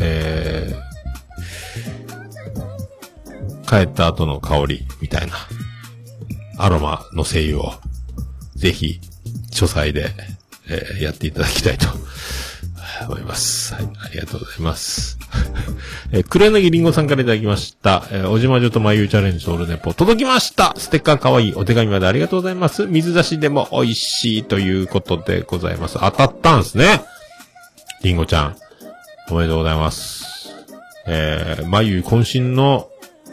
帰った後の香り、みたいな、アロマの声優を、ぜひ、書斎で、やっていただきたいと思います。はい、ありがとうございます。黒柳りんごさんからいただきました。おじまじょとまゆチャレンジオールネポ届きました。ステッカーかわいいお手紙までありがとうございます。水出しでも美味しいということでございます。当たったんですね。りんごちゃん。おめでとうございます。まゆ渾身の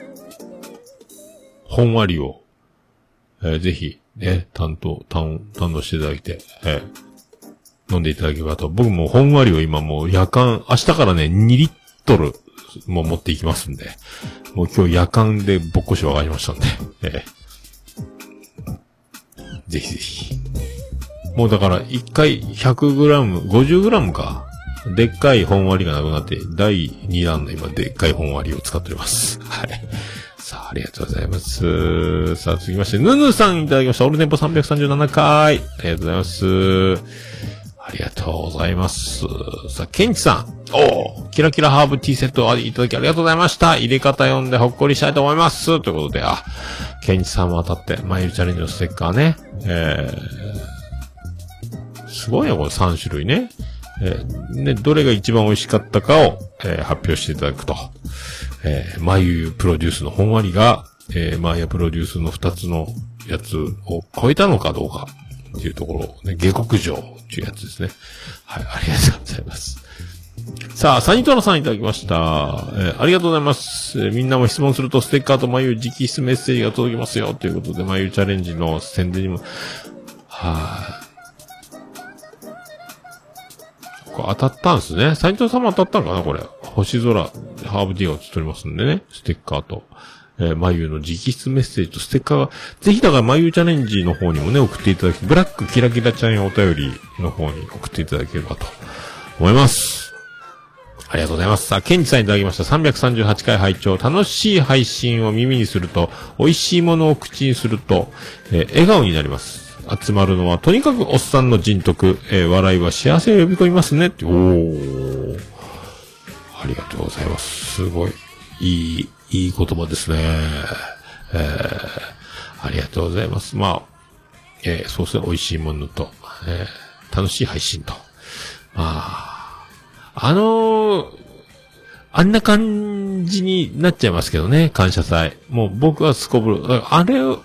本割を、ぜひ、ね、堪能していただいて、飲んでいただければと。僕も本割を今もう夜間、明日からね、2リットルも持っていきますんで、もう今日夜間でぼっこし分かりましたんで、ぜひぜひ。もうだから1回 100g、50g か。でっかい本割がなくなって、第2弾の今でっかい本割を使っております。はい。さあ、ありがとうございます。さあ、続きまして、ぬぬさんいただきました。オルネポ337回。ありがとうございます。ありがとうございます。さあ、ケンチさん。キラキラハーブティーセットをいただきありがとうございました。入れ方読んでほっこりしたいと思います。ということで、ケンチさんも当たって、マイルチャレンジのステッカーね。すごいよ、これ3種類ね。ね、どれが一番美味しかったかを、発表していただくと。マユプロデュースの本割が、マーヤプロデュースの2つのやつを超えたのかどうかっていうところ、ね、下克上っていうやつですね。はい、ありがとうございます。さあ、サニトラさんいただきました。ありがとうございます。みんなも質問するとステッカーとマユ直筆メッセージが届きますよということで、マユチャレンジの宣伝にも、これ当たったんですね。サニトラさんも当たったのかなこれ。星空、ハーブティーが映っておりますんでね。ステッカーと、まゆの直筆メッセージとステッカーが、ぜひだからまゆチャレンジの方にもね、送っていただき、ブラックキラキラちゃんへお便りの方に送っていただければと思います。ありがとうございます。さあ、ケンジさんいただきました。338回拝聴。楽しい配信を耳にすると、美味しいものを口にすると、笑顔になります。集まるのは、とにかくおっさんの人徳、笑いは幸せを呼び込みますねって。ありがとうございます。すごい、いい言葉ですね。ありがとうございます。まあ、そうですね、美味しいものと、楽しい配信と。あんな感じになっちゃいますけどね、感謝祭。もう僕はすこぶる。あれを、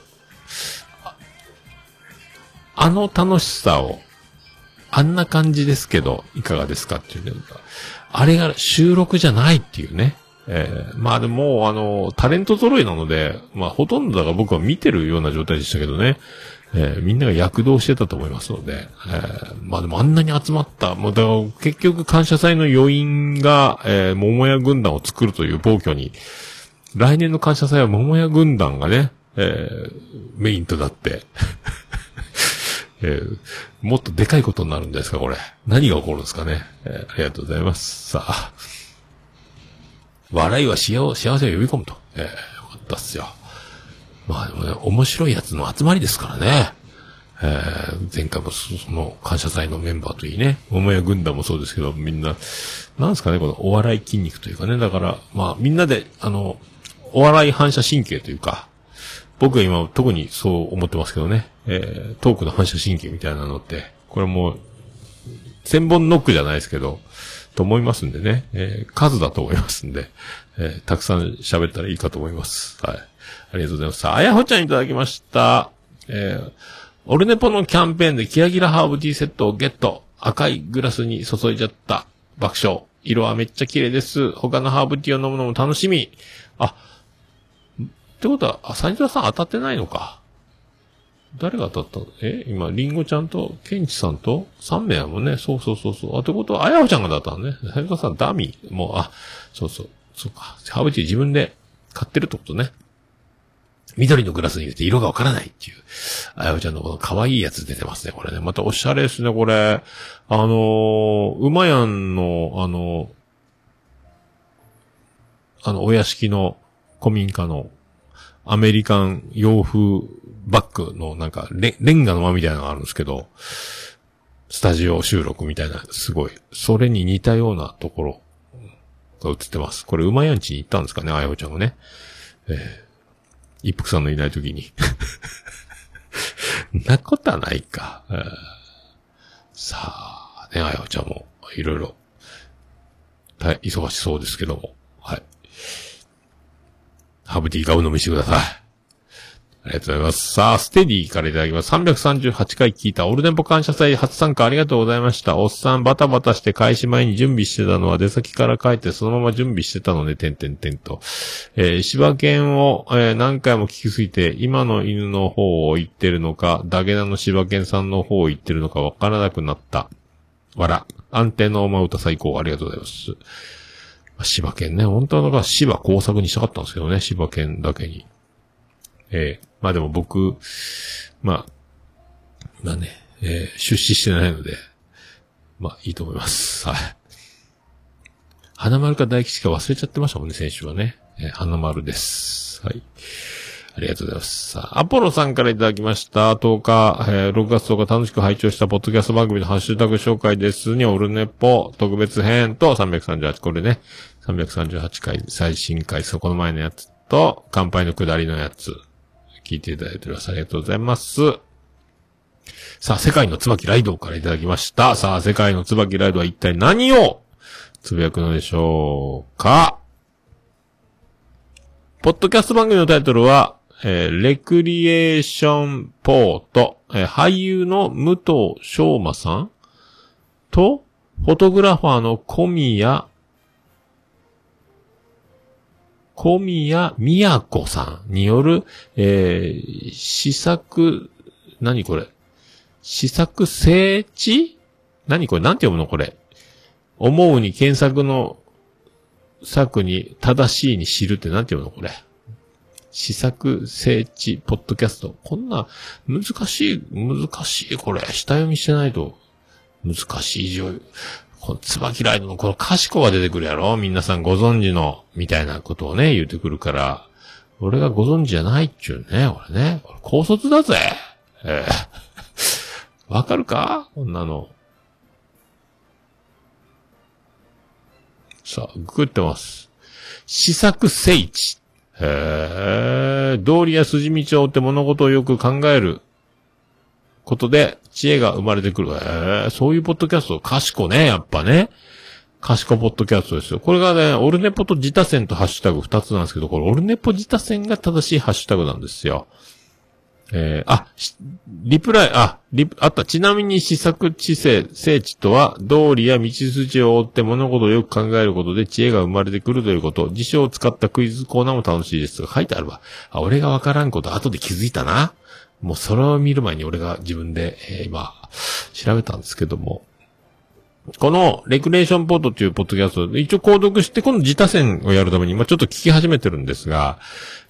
楽しさを、あんな感じですけど、いかがですかっていうね。あれが収録じゃないっていうね。まあでも、タレント揃いなので、まあほとんどだから僕は見てるような状態でしたけどね。みんなが躍動してたと思いますので、まあでもあんなに集まった、もうだから結局感謝祭の余韻が、桃屋軍団を作るという暴挙に、来年の感謝祭は桃屋軍団がね、メインとなって、もっとでかいことになるんですか、これ。何が起こるんですかね。ありがとうございます。さあ。笑いは幸せを呼び込むと。よかったっすよ。まあでもね、面白いやつの集まりですからね。前回もその感謝祭のメンバーといいね。桃屋軍団もそうですけど、みんな、なんですかね、このお笑い筋肉というかね。だから、まあみんなで、お笑い反射神経というか、 僕は今特にそう思ってますけどね。トークの反射神経みたいなのって、これもう、千本ノックじゃないですけど、と思いますんでね。数だと思いますんで、たくさん喋ったらいいかと思います。はい。ありがとうございます。あやほちゃんいただきました。オルネポのキャンペーンでキラキラハーブティーセットをゲット。赤いグラスに注いじゃった。爆笑。色はめっちゃ綺麗です。他のハーブティーを飲むのも楽しみ。ってことは、サニタさん当たってないのか。誰が当たったの？今、リンゴちゃんと、ケンチさんと、3名やもんね。そう。ってことは、あやほちゃんが当たったのね。サニタさんダミー。もう、そうか。ハーブティー自分で買ってるってことね。緑のグラスに入れて色がわからないっていう。あやほちゃんのこの可愛いやつ出てますね、これね。またおしゃれですね、これ。うまやんの、お屋敷の古民家のアメリカン洋風バッグのなんかレンガの間みたいなのがあるんですけど、スタジオ収録みたいな、すごい。それに似たようなところが映ってます。これうまやんちに行ったんですかね、あやほちゃんがね。一服さんのいない時に。なことはないか。さあ、ね、あやほちゃんもいろいろ忙しそうですけども。はい。ハーブティー買うの見せてください。ありがとうございます。さあ、ステディからいただきます。338回聞いたオルネポ感謝祭初参加ありがとうございました。おっさんバタバタして開始前に準備してたのは出先から帰ってそのまま準備してたので、と。柴犬を、何回も聞きすぎて、今の犬の方を言ってるのか、ダゲナの柴犬さんの方を言ってるのかわからなくなった。わら。安定の馬歌最高。ありがとうございます。柴犬ね、本当はだから柴工作にしたかったんですけどね、柴犬だけに。まあでも僕、まあね、出資してないので、まあいいと思います。はい。花丸か大吉か忘れちゃってましたもんね、先週はね。花丸です。はい。ありがとうございます。さあ、アポロさんからいただきました。10日、6月10日楽しく拝聴したポッドキャスト番組のハッシュタグ紹介ですに、オルネポ特別編と338、これね、338回最新回、そこの前のやつと、乾杯の下りのやつ。聞いていただいております。ありがとうございます。さあ、世界の椿ライドからいただきました。さあ、世界の椿ライドは一体何をつぶやくのでしょうか。ポッドキャスト番組のタイトルは、レクリエーションポート、俳優の武藤昌馬さんと、フォトグラファーの小宮宮子さんによる、試作、何これ試作聖地何これなんて読むのこれ。思うに検索の作に正しいに知るってなんて読むのこれ。試作聖地ポッドキャスト。こんな難しいこれ。下読みしてないと難しい以上。この椿ライドのこの賢が出てくるやろ皆さんご存知の、みたいなことをね、言ってくるから、俺がご存知じゃないっちゅうね、俺ね。俺高卒だぜ。わかるかこんなの。さあ、ググってます。試作聖地。道理や筋道を追って物事をよく考えることで知恵が生まれてくる。そういうポッドキャスト、賢ね、やっぱね。賢ポッドキャストですよ。これがね、オルネポと自他戦とハッシュタグ2つなんですけど、これオルネポ自他戦が正しいハッシュタグなんですよ。リプライ、あった。ちなみに試作知性、聖地とは、道理や道筋を追って物事をよく考えることで知恵が生まれてくるということ。辞書を使ったクイズコーナーも楽しいですが、書いてあるわ。俺がわからんこと後で気づいたな。もうそれを見る前に俺が自分で、今、調べたんですけども。この、レクレーションポートというポッドキャストで、一応購読して、この自他戦をやるために、ちょっと聞き始めてるんですが、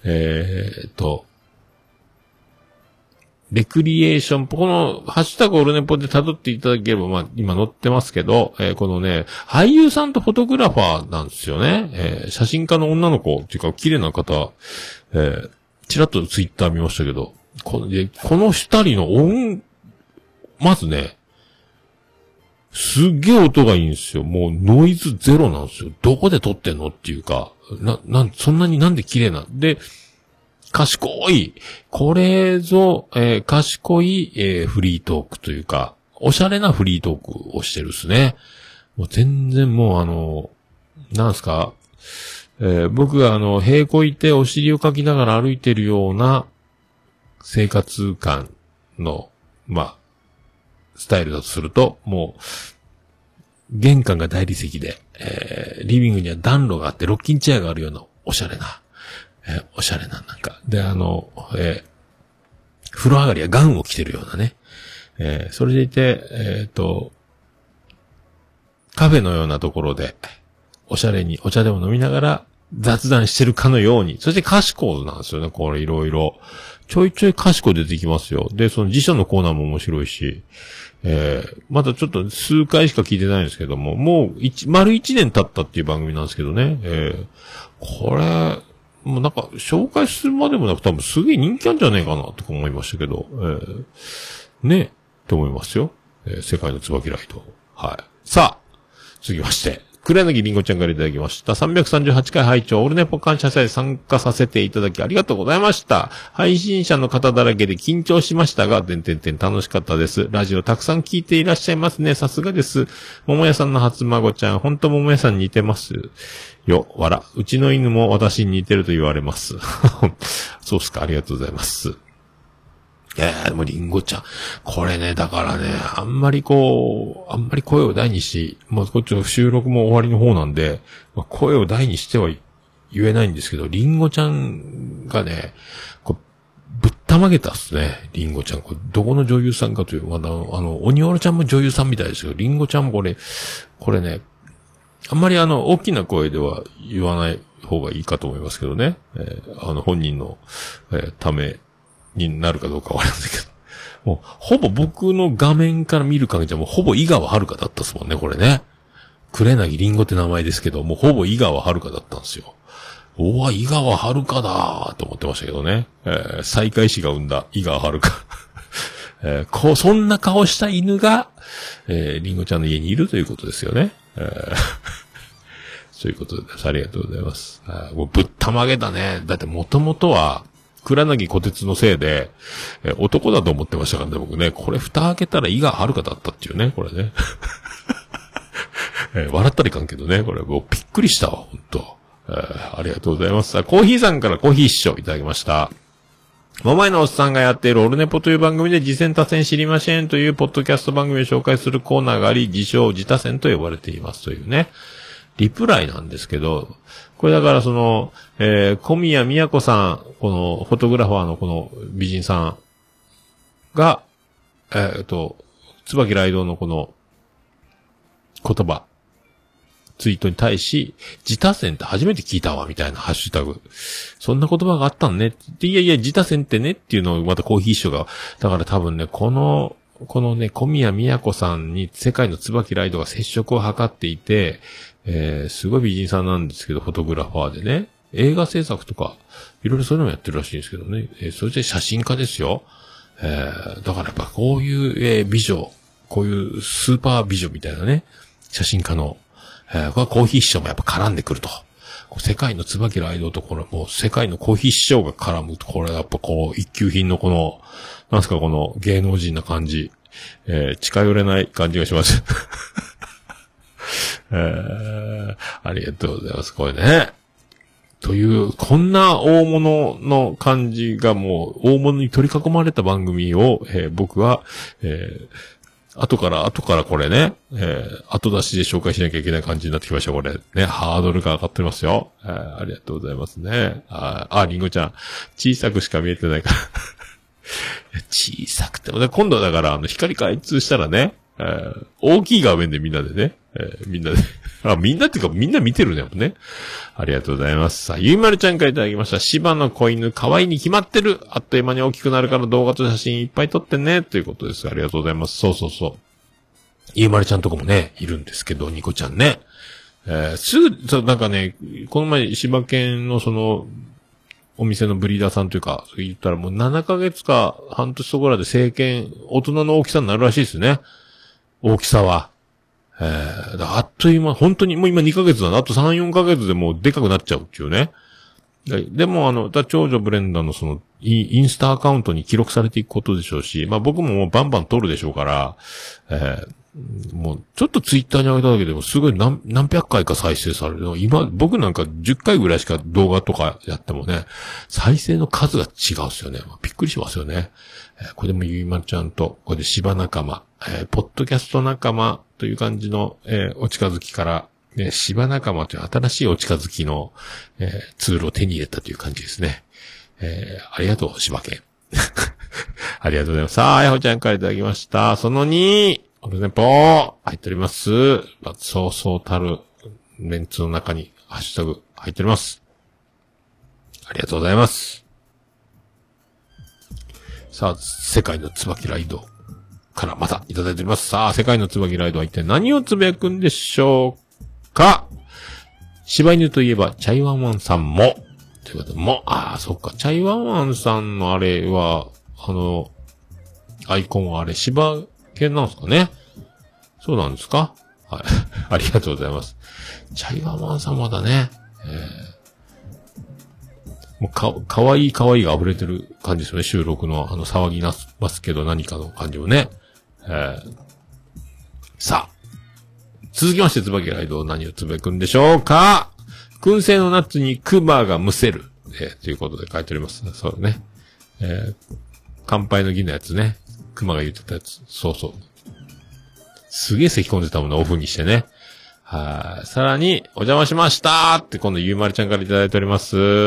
レクリエーション、この、ハッシュタグオルネポで辿っていただければ、今載ってますけど、このね、俳優さんとフォトグラファーなんですよね。写真家の女の子っていうか、綺麗な方、ちらっとツイッター見ましたけど、この二人のまずね、すっげえ音がいいんですよ。もうノイズゼロなんですよ。どこで撮ってんのっていうか、そんなになんで綺麗な。で、 賢い。これぞ、賢い、フリートークというか、おしゃれなフリートークをしてるっすね。もう全然もうなんすか、僕が平行いてお尻をかきながら歩いてるような生活感の、スタイルだとすると、もう、玄関が大理石で、リビングには暖炉があってロッキンチェアがあるようなおしゃれな、なんか。で、風呂上がりはガウンを着てるようなね。それでいて、カフェのようなところで、おしゃれにお茶でも飲みながら雑談してるかのように、そして賢なんですよね、これいろいろ。ちょいちょい賢出てきますよ。で、その辞書のコーナーも面白いし、まだちょっと数回しか聞いてないんですけども、もう丸1年経ったっていう番組なんですけどね、これ、もうなんか紹介するまでもなく多分すげえ人気あるんじゃねえかなとか思いましたけど、ね、と思いますよ。世界の椿ライト。はい。さあ、続きまして。黒柳りんごちゃんからいただきました。338回拝聴オルネポ感謝祭参加させていただきありがとうございました。配信者の方だらけで緊張しましたが、楽しかったです。ラジオたくさん聞いていらっしゃいますね。さすがです。桃屋さんの初孫ちゃん、ほんと桃屋さんに似てますよ。うちの犬も私に似てると言われます。そうっすか、ありがとうございます。でもリンゴちゃん。これね、だからね、あんまり声を大にし、こっちの収録も終わりの方なんで、声を大にしては言えないんですけど、リンゴちゃんがね、ぶったまげたっすね、リンゴちゃん。どこの女優さんかという、オニオルちゃんも女優さんみたいですけど、リンゴちゃんもこれね、あんまり大きな声では言わない方がいいかと思いますけどね。本人の、ため、になるかどうかわかりませんけど。もう、ほぼ僕の画面から見る限りじゃもうほぼ井川遥だったっすもんね、これね。黒柳りんごって名前ですけど、もうほぼ井川遥だったんですよ。井川遥だーと思ってましたけどね。西海市が生んだ井川遥。そんな顔した犬が、りんごちゃんの家にいるということですよね。そういうことです。ありがとうございます。もうぶったまげだね。だって元々は、黒柳小鉄のせいで、男だと思ってましたからね、僕ね。これ蓋開けたら井川遥だったっていうね、これね。笑ったらいかんけどね、これもうびっくりしたわ、ほんと。ありがとうございます。コーヒーさんからコーヒー一緒いただきました。桃井のおっさんがやっているオルネポという番組で次戦他戦知りませんというポッドキャスト番組を紹介するコーナーがあり、自称自他戦と呼ばれていますというね。リプライなんですけど、これだから小宮宮子さん、このフォトグラファーのこの美人さんが、椿ライドのこの言葉、ツイートに対し、自他戦って初めて聞いたわ、みたいなハッシュタグ。そんな言葉があったんねって。いや、自他戦ってねっていうのをまたコーヒー師匠が、だから多分ね、このね、小宮宮子さんに世界の椿ライドが接触を図っていて、すごい美人さんなんですけど、フォトグラファーでね、映画制作とか、いろいろそういうのもやってるらしいんですけどね、それで写真家ですよ。だからやっぱこういう、美女、こういうスーパー美女みたいなね、写真家の、これはコーヒー師匠もやっぱ絡んでくると。世界の椿ライドとこれもう世界のコーヒー師匠が絡むと、これやっぱ一級品のこの、なんすかこの芸能人な感じ、近寄れない感じがします。ありがとうございます。これね。という、こんな大物の感じがもう、大物に取り囲まれた番組を、僕は、後からこれね、後出しで紹介しなきゃいけない感じになってきました、これ。ね、ハードルが上がってますよ。ありがとうございますね。りんごちゃん。小さくしか見えてないから。小さくてもね、今度はだから、光開通したらね、大きい画面でみんなでね、みんなでみんなっていうかみんな見てるね。ありがとうございます。さあ、ゆいまるちゃんからいただきました。芝の子犬可愛いに決まってる。あっという間に大きくなるから動画と写真いっぱい撮ってね。ということです。ありがとうございます。そう。ゆいまるちゃんとこもね、いるんですけど、ニコちゃんね。なんかね、この前柴犬のお店のブリーダーさんというか、そう言ったらもう7ヶ月か半年とぐらいで成犬、大人の大きさになるらしいですね。大きさは。あっという間、本当にもう今2ヶ月だな。あと3、4ヶ月でもうでかくなっちゃうっていうね。 でも長女ブレンダーのその、インスタアカウントに記録されていくことでしょうし、まあ僕ももうバンバン撮るでしょうから、もう、ちょっとツイッターに上げただけでもすごい何百回か再生されるの。今、僕なんか10回ぐらいしか動画とかやってもね、再生の数が違うっすよね。びっくりしますよね。これでもゆいまちゃんと、これで芝仲間、ポッドキャスト仲間という感じの、お近づきから、芝仲間という新しいお近づきの、ツールを手に入れたという感じですね。ありがとう、芝犬。ありがとうございます。さあ、やほちゃんからいただきました。その2、オルネポ入っております。そうそうたるメンツの中にハッシュタグ入っております。ありがとうございます。さあ、世界の椿ライドからまたいただいております。さあ、世界の椿ライドは一体何をつぶやくんでしょうか。柴犬といえば、チャイワンワンさんも、ということで、そっか、チャイワンワンさんのあれは、アイコンはあれ、柴犬なんですかね。そうなんですか。はい。ありがとうございます。チャイワンワンさんまだね。もうかわいいが溢れてる感じですよね。収録の騒ぎなますけど何かの感じもね。さあ。続きまして、椿ライド何をつぶやくんでしょうか。燻製のナッツにクマがむせる。ということで書いております。そうね。乾杯の儀のやつね。クマが言ってたやつ。そうそう。すげえ咳込んでたもんな、オフにしてね。さらに、お邪魔しましたって今度ゆうまるちゃんからいただいております。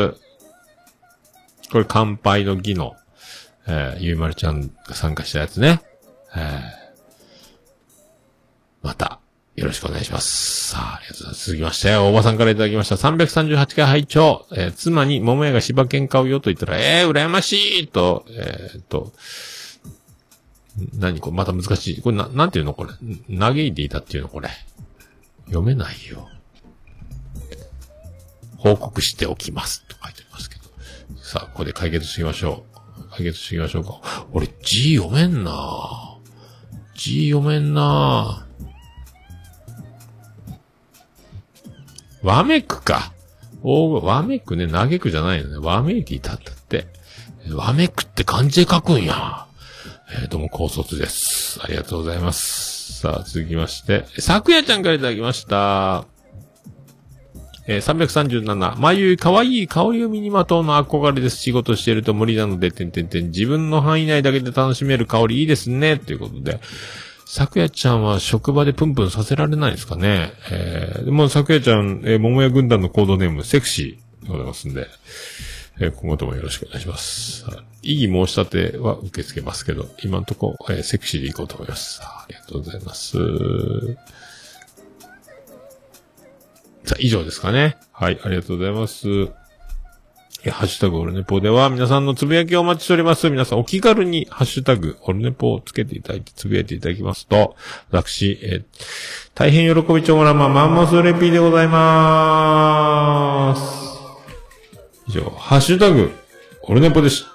これ乾杯の儀の、ゆうまるちゃんが参加したやつね。また、よろしくお願いします。さあ、ありがとうございます。続きまして、大場さんからいただきました。338回拝聴妻に桃屋が柴犬買うよと言ったら、羨ましいと、何これ、また難しい。これなんていうのこれ。嘆いていたっていうのこれ。読めないよ。報告しておきます。と書いてありますけど。さあ、ここで解決していきましょう。解決していきましょうか。俺、字読めんなわめくか。わめくね、嘆くじゃないのね。わめいていたんだって。わめくって漢字で書くんや。どうも高卒です。ありがとうございます。さあ、続きまして、さくやちゃんからいただきました。337、眉かわいい香りを身にまとうの憧れです。仕事していると無理なので、自分の範囲内だけで楽しめる香りいいですね。ということで、さくやちゃんは職場でプンプンさせられないですかね。でもさくやちゃん、桃屋軍団のコードネーム、セクシーでございますんで、今後ともよろしくお願いします。異議申し立ては受け付けますけど、今のところ、セクシーでいこうと思います。ありがとうございます。さあ、以上ですかね。はい、ありがとうございます。ハッシュタグオルネポでは皆さんのつぶやきをお待ちしております。皆さんお気軽にハッシュタグオルネポをつけていただいてつぶやいていただきますと、私、大変喜びちょもらまマンモスレピーでございます。以上、ハッシュタグオルネポでした。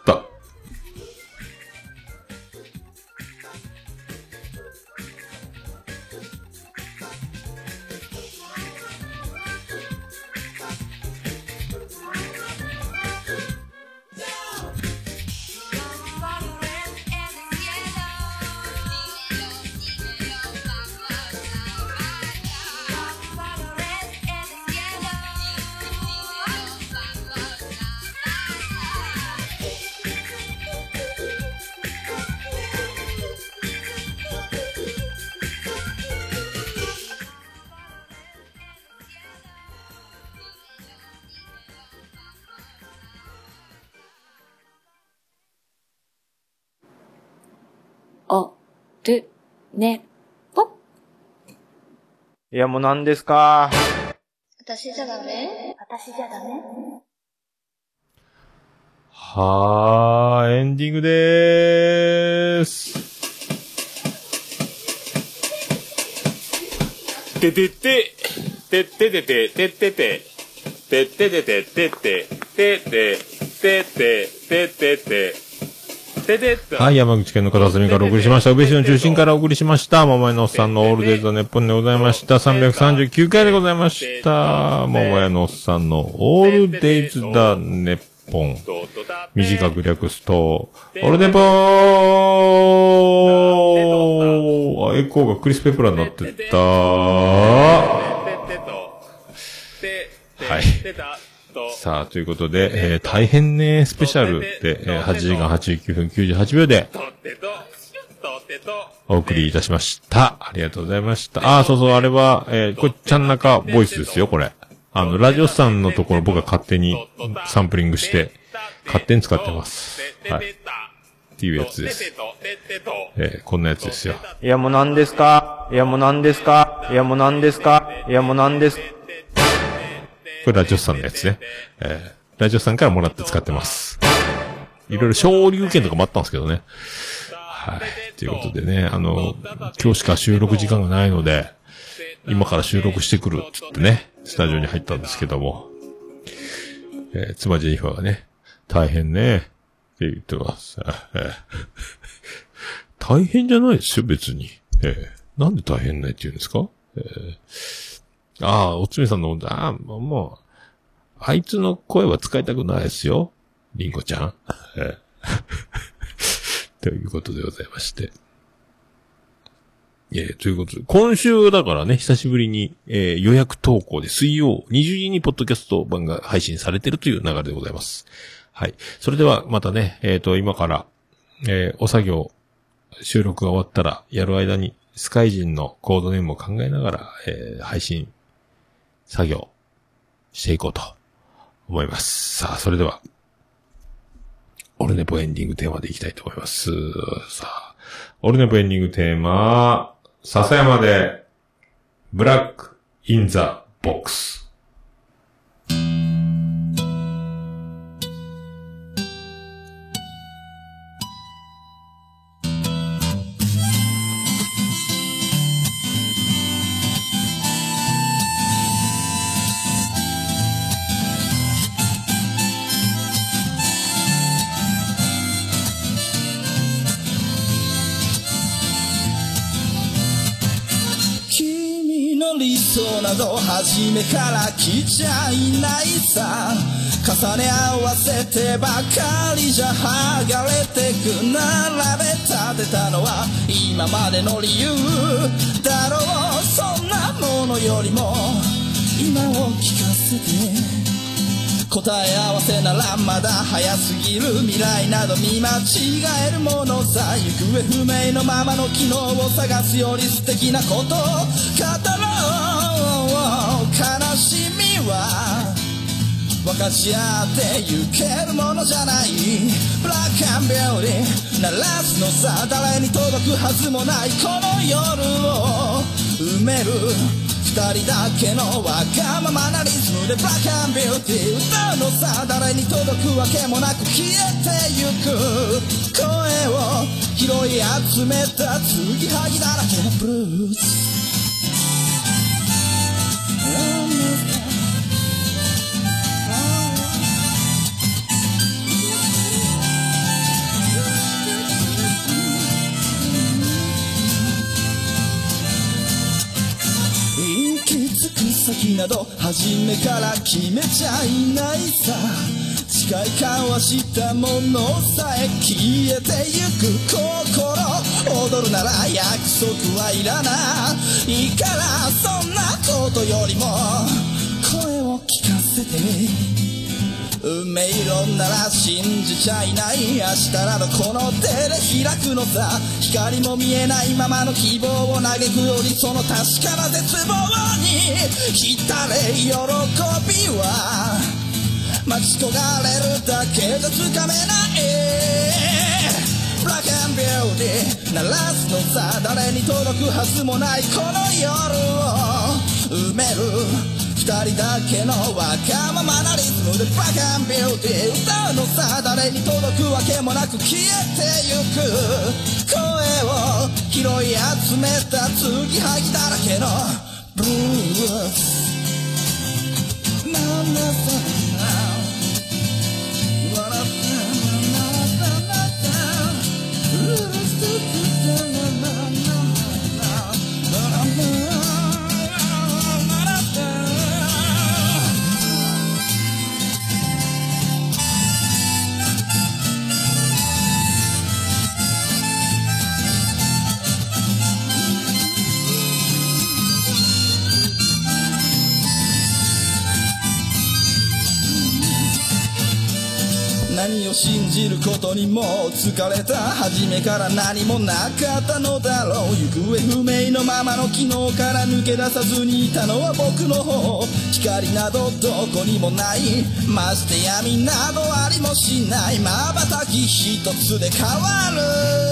ね、ぽっ。 いや、もう何ですか？ 私じゃダメ？ はー、エンディングでーす。ててて、てててて、ててて、てててて、ててて、ててて、ててて、ててて、 はい、山口県の片隅からお送りしました。宇部市の中心からお送りしました。桃屋のおっさんのオールデイズ・ザ・ネッポンでございました。339回でございました。桃屋のおっさんのオールデイズ・ザ・ネッポン。短く略すと、オールデンポー。エコーがクリス・ペプラーになってた。はい。さあ、ということで、大変ね、スペシャルで、8時間89分98秒で、お送りいたしました。ありがとうございました。そうそう、あれは、これ、ちゃんなかボイスですよ、これ。ラジオさんのところ僕が勝手にサンプリングして、勝手に使ってます。はい。っていうやつです。こんなやつですよ。 いやもう何ですか？いやもう何ですか？いやもう何ですか？いやもう何ですか？ これラジオさんのやつね。ラジオさんからもらって使ってます。いろいろ昇竜券とかもあったんですけどね。はい。ということでね、今日しか収録時間がないので、今から収録してくるって言ってね、スタジオに入ったんですけども、妻ジェニファーがね、大変ね、って言ってます。大変じゃないですよ、別に。なんで大変ないって言うんですか？おつみさんの、もう、あいつの声は使いたくないですよ。りんごちゃん。ということでございまして。ということで、今週だからね、久しぶりに、予約投稿で水曜20時にポッドキャスト版が配信されているという流れでございます。はい。それではまたね、今から、お作業、収録が終わったら、やる間に、スカイジンのコードネームを考えながら、配信、作業していこうと思います。さあ、それでは、オルネポエンディングテーマでいきたいと思います。さあ、オルネポエンディングテーマ、笹山で、ブラックインザボックス。 理想など初めから来ちゃいないさ、重ね合わせてばかりじゃ剥がれてく、並べ立てたのは今までの理由だろう。そんなものよりも今を聞かせて、答え合わせならまだ早すぎる、未来など見間違えるものさ、行方不明のままの昨日を探すより素敵なことを語ろう。悲しみは分かち合ってゆけるものじゃない、ブラックアンビューティー鳴らすのさ、誰に届くはずもないこの夜を埋める二人だけのわがままなリズムでブラックアンビューティー歌うのさ、誰に届くわけもなく消えてゆく、声を拾い集めた継ぎはぎだらけのブルース。先など初めから決めちゃいないさ、誓い交わしたものさえ消えてゆく、心踊るなら約束はいらないから、そんなことよりも声を聞かせて、運命論なら信じちゃいない、明日などこの手で開くのさ、光も見えないままの希望を嘆くより、その確かな絶望に浸れ喜びは待ち焦がれるだけじゃつかめない、ブラックアンビューティー鳴らすのさ、誰に届くはずもないこの夜を埋める二人だけのわがままなリズムでブラックアンビューティー歌うのさ、誰に届くわけもなく消えてゆく、声を拾い集めた継ぎはぎだらけのブルース。 何を信じることにも疲れた。初めから何もなかったのだろう。行方不明のままの昨日から抜け出さずにいたのは僕の方。光などどこにもない、まして闇などありもしない。瞬き一つで変わる。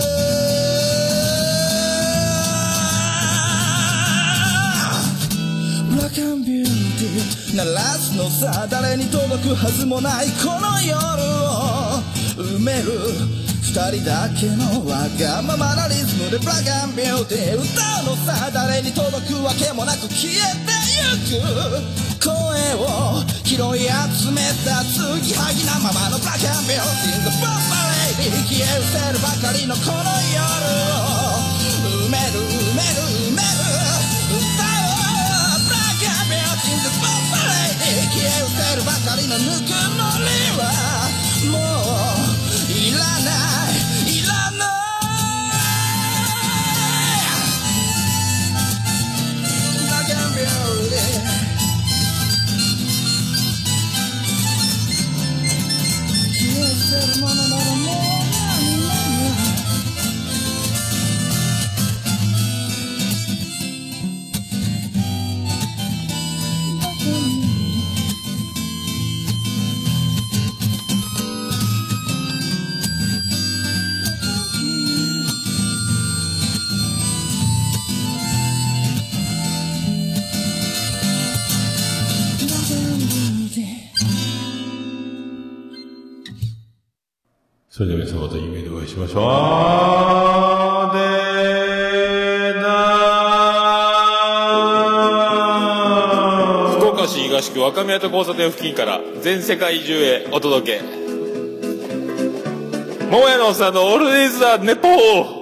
ブラック&ビューティー鳴らすのさ、誰に届くはずもないこの夜を埋める。二人だけのわがままなリズムでブラック&ビューティー歌うのさ、誰に届くわけもなく消えてゆく。声を拾い集めた継ぎはぎなままのブラック&ビューティー The Bomb Lady 消え失せるばかりのこの夜を埋める埋める埋める。消え失せるばかりのぬくもりはもういらないいらない Black and Beauty 消え失せるものならもうそれでは皆さんまた夢でお会いしましょう。あーでーなー。福岡市東区若宮と交差点付近から全世界中へお届け。桃屋のおっさんのオールディーズ・ザ・ネポー。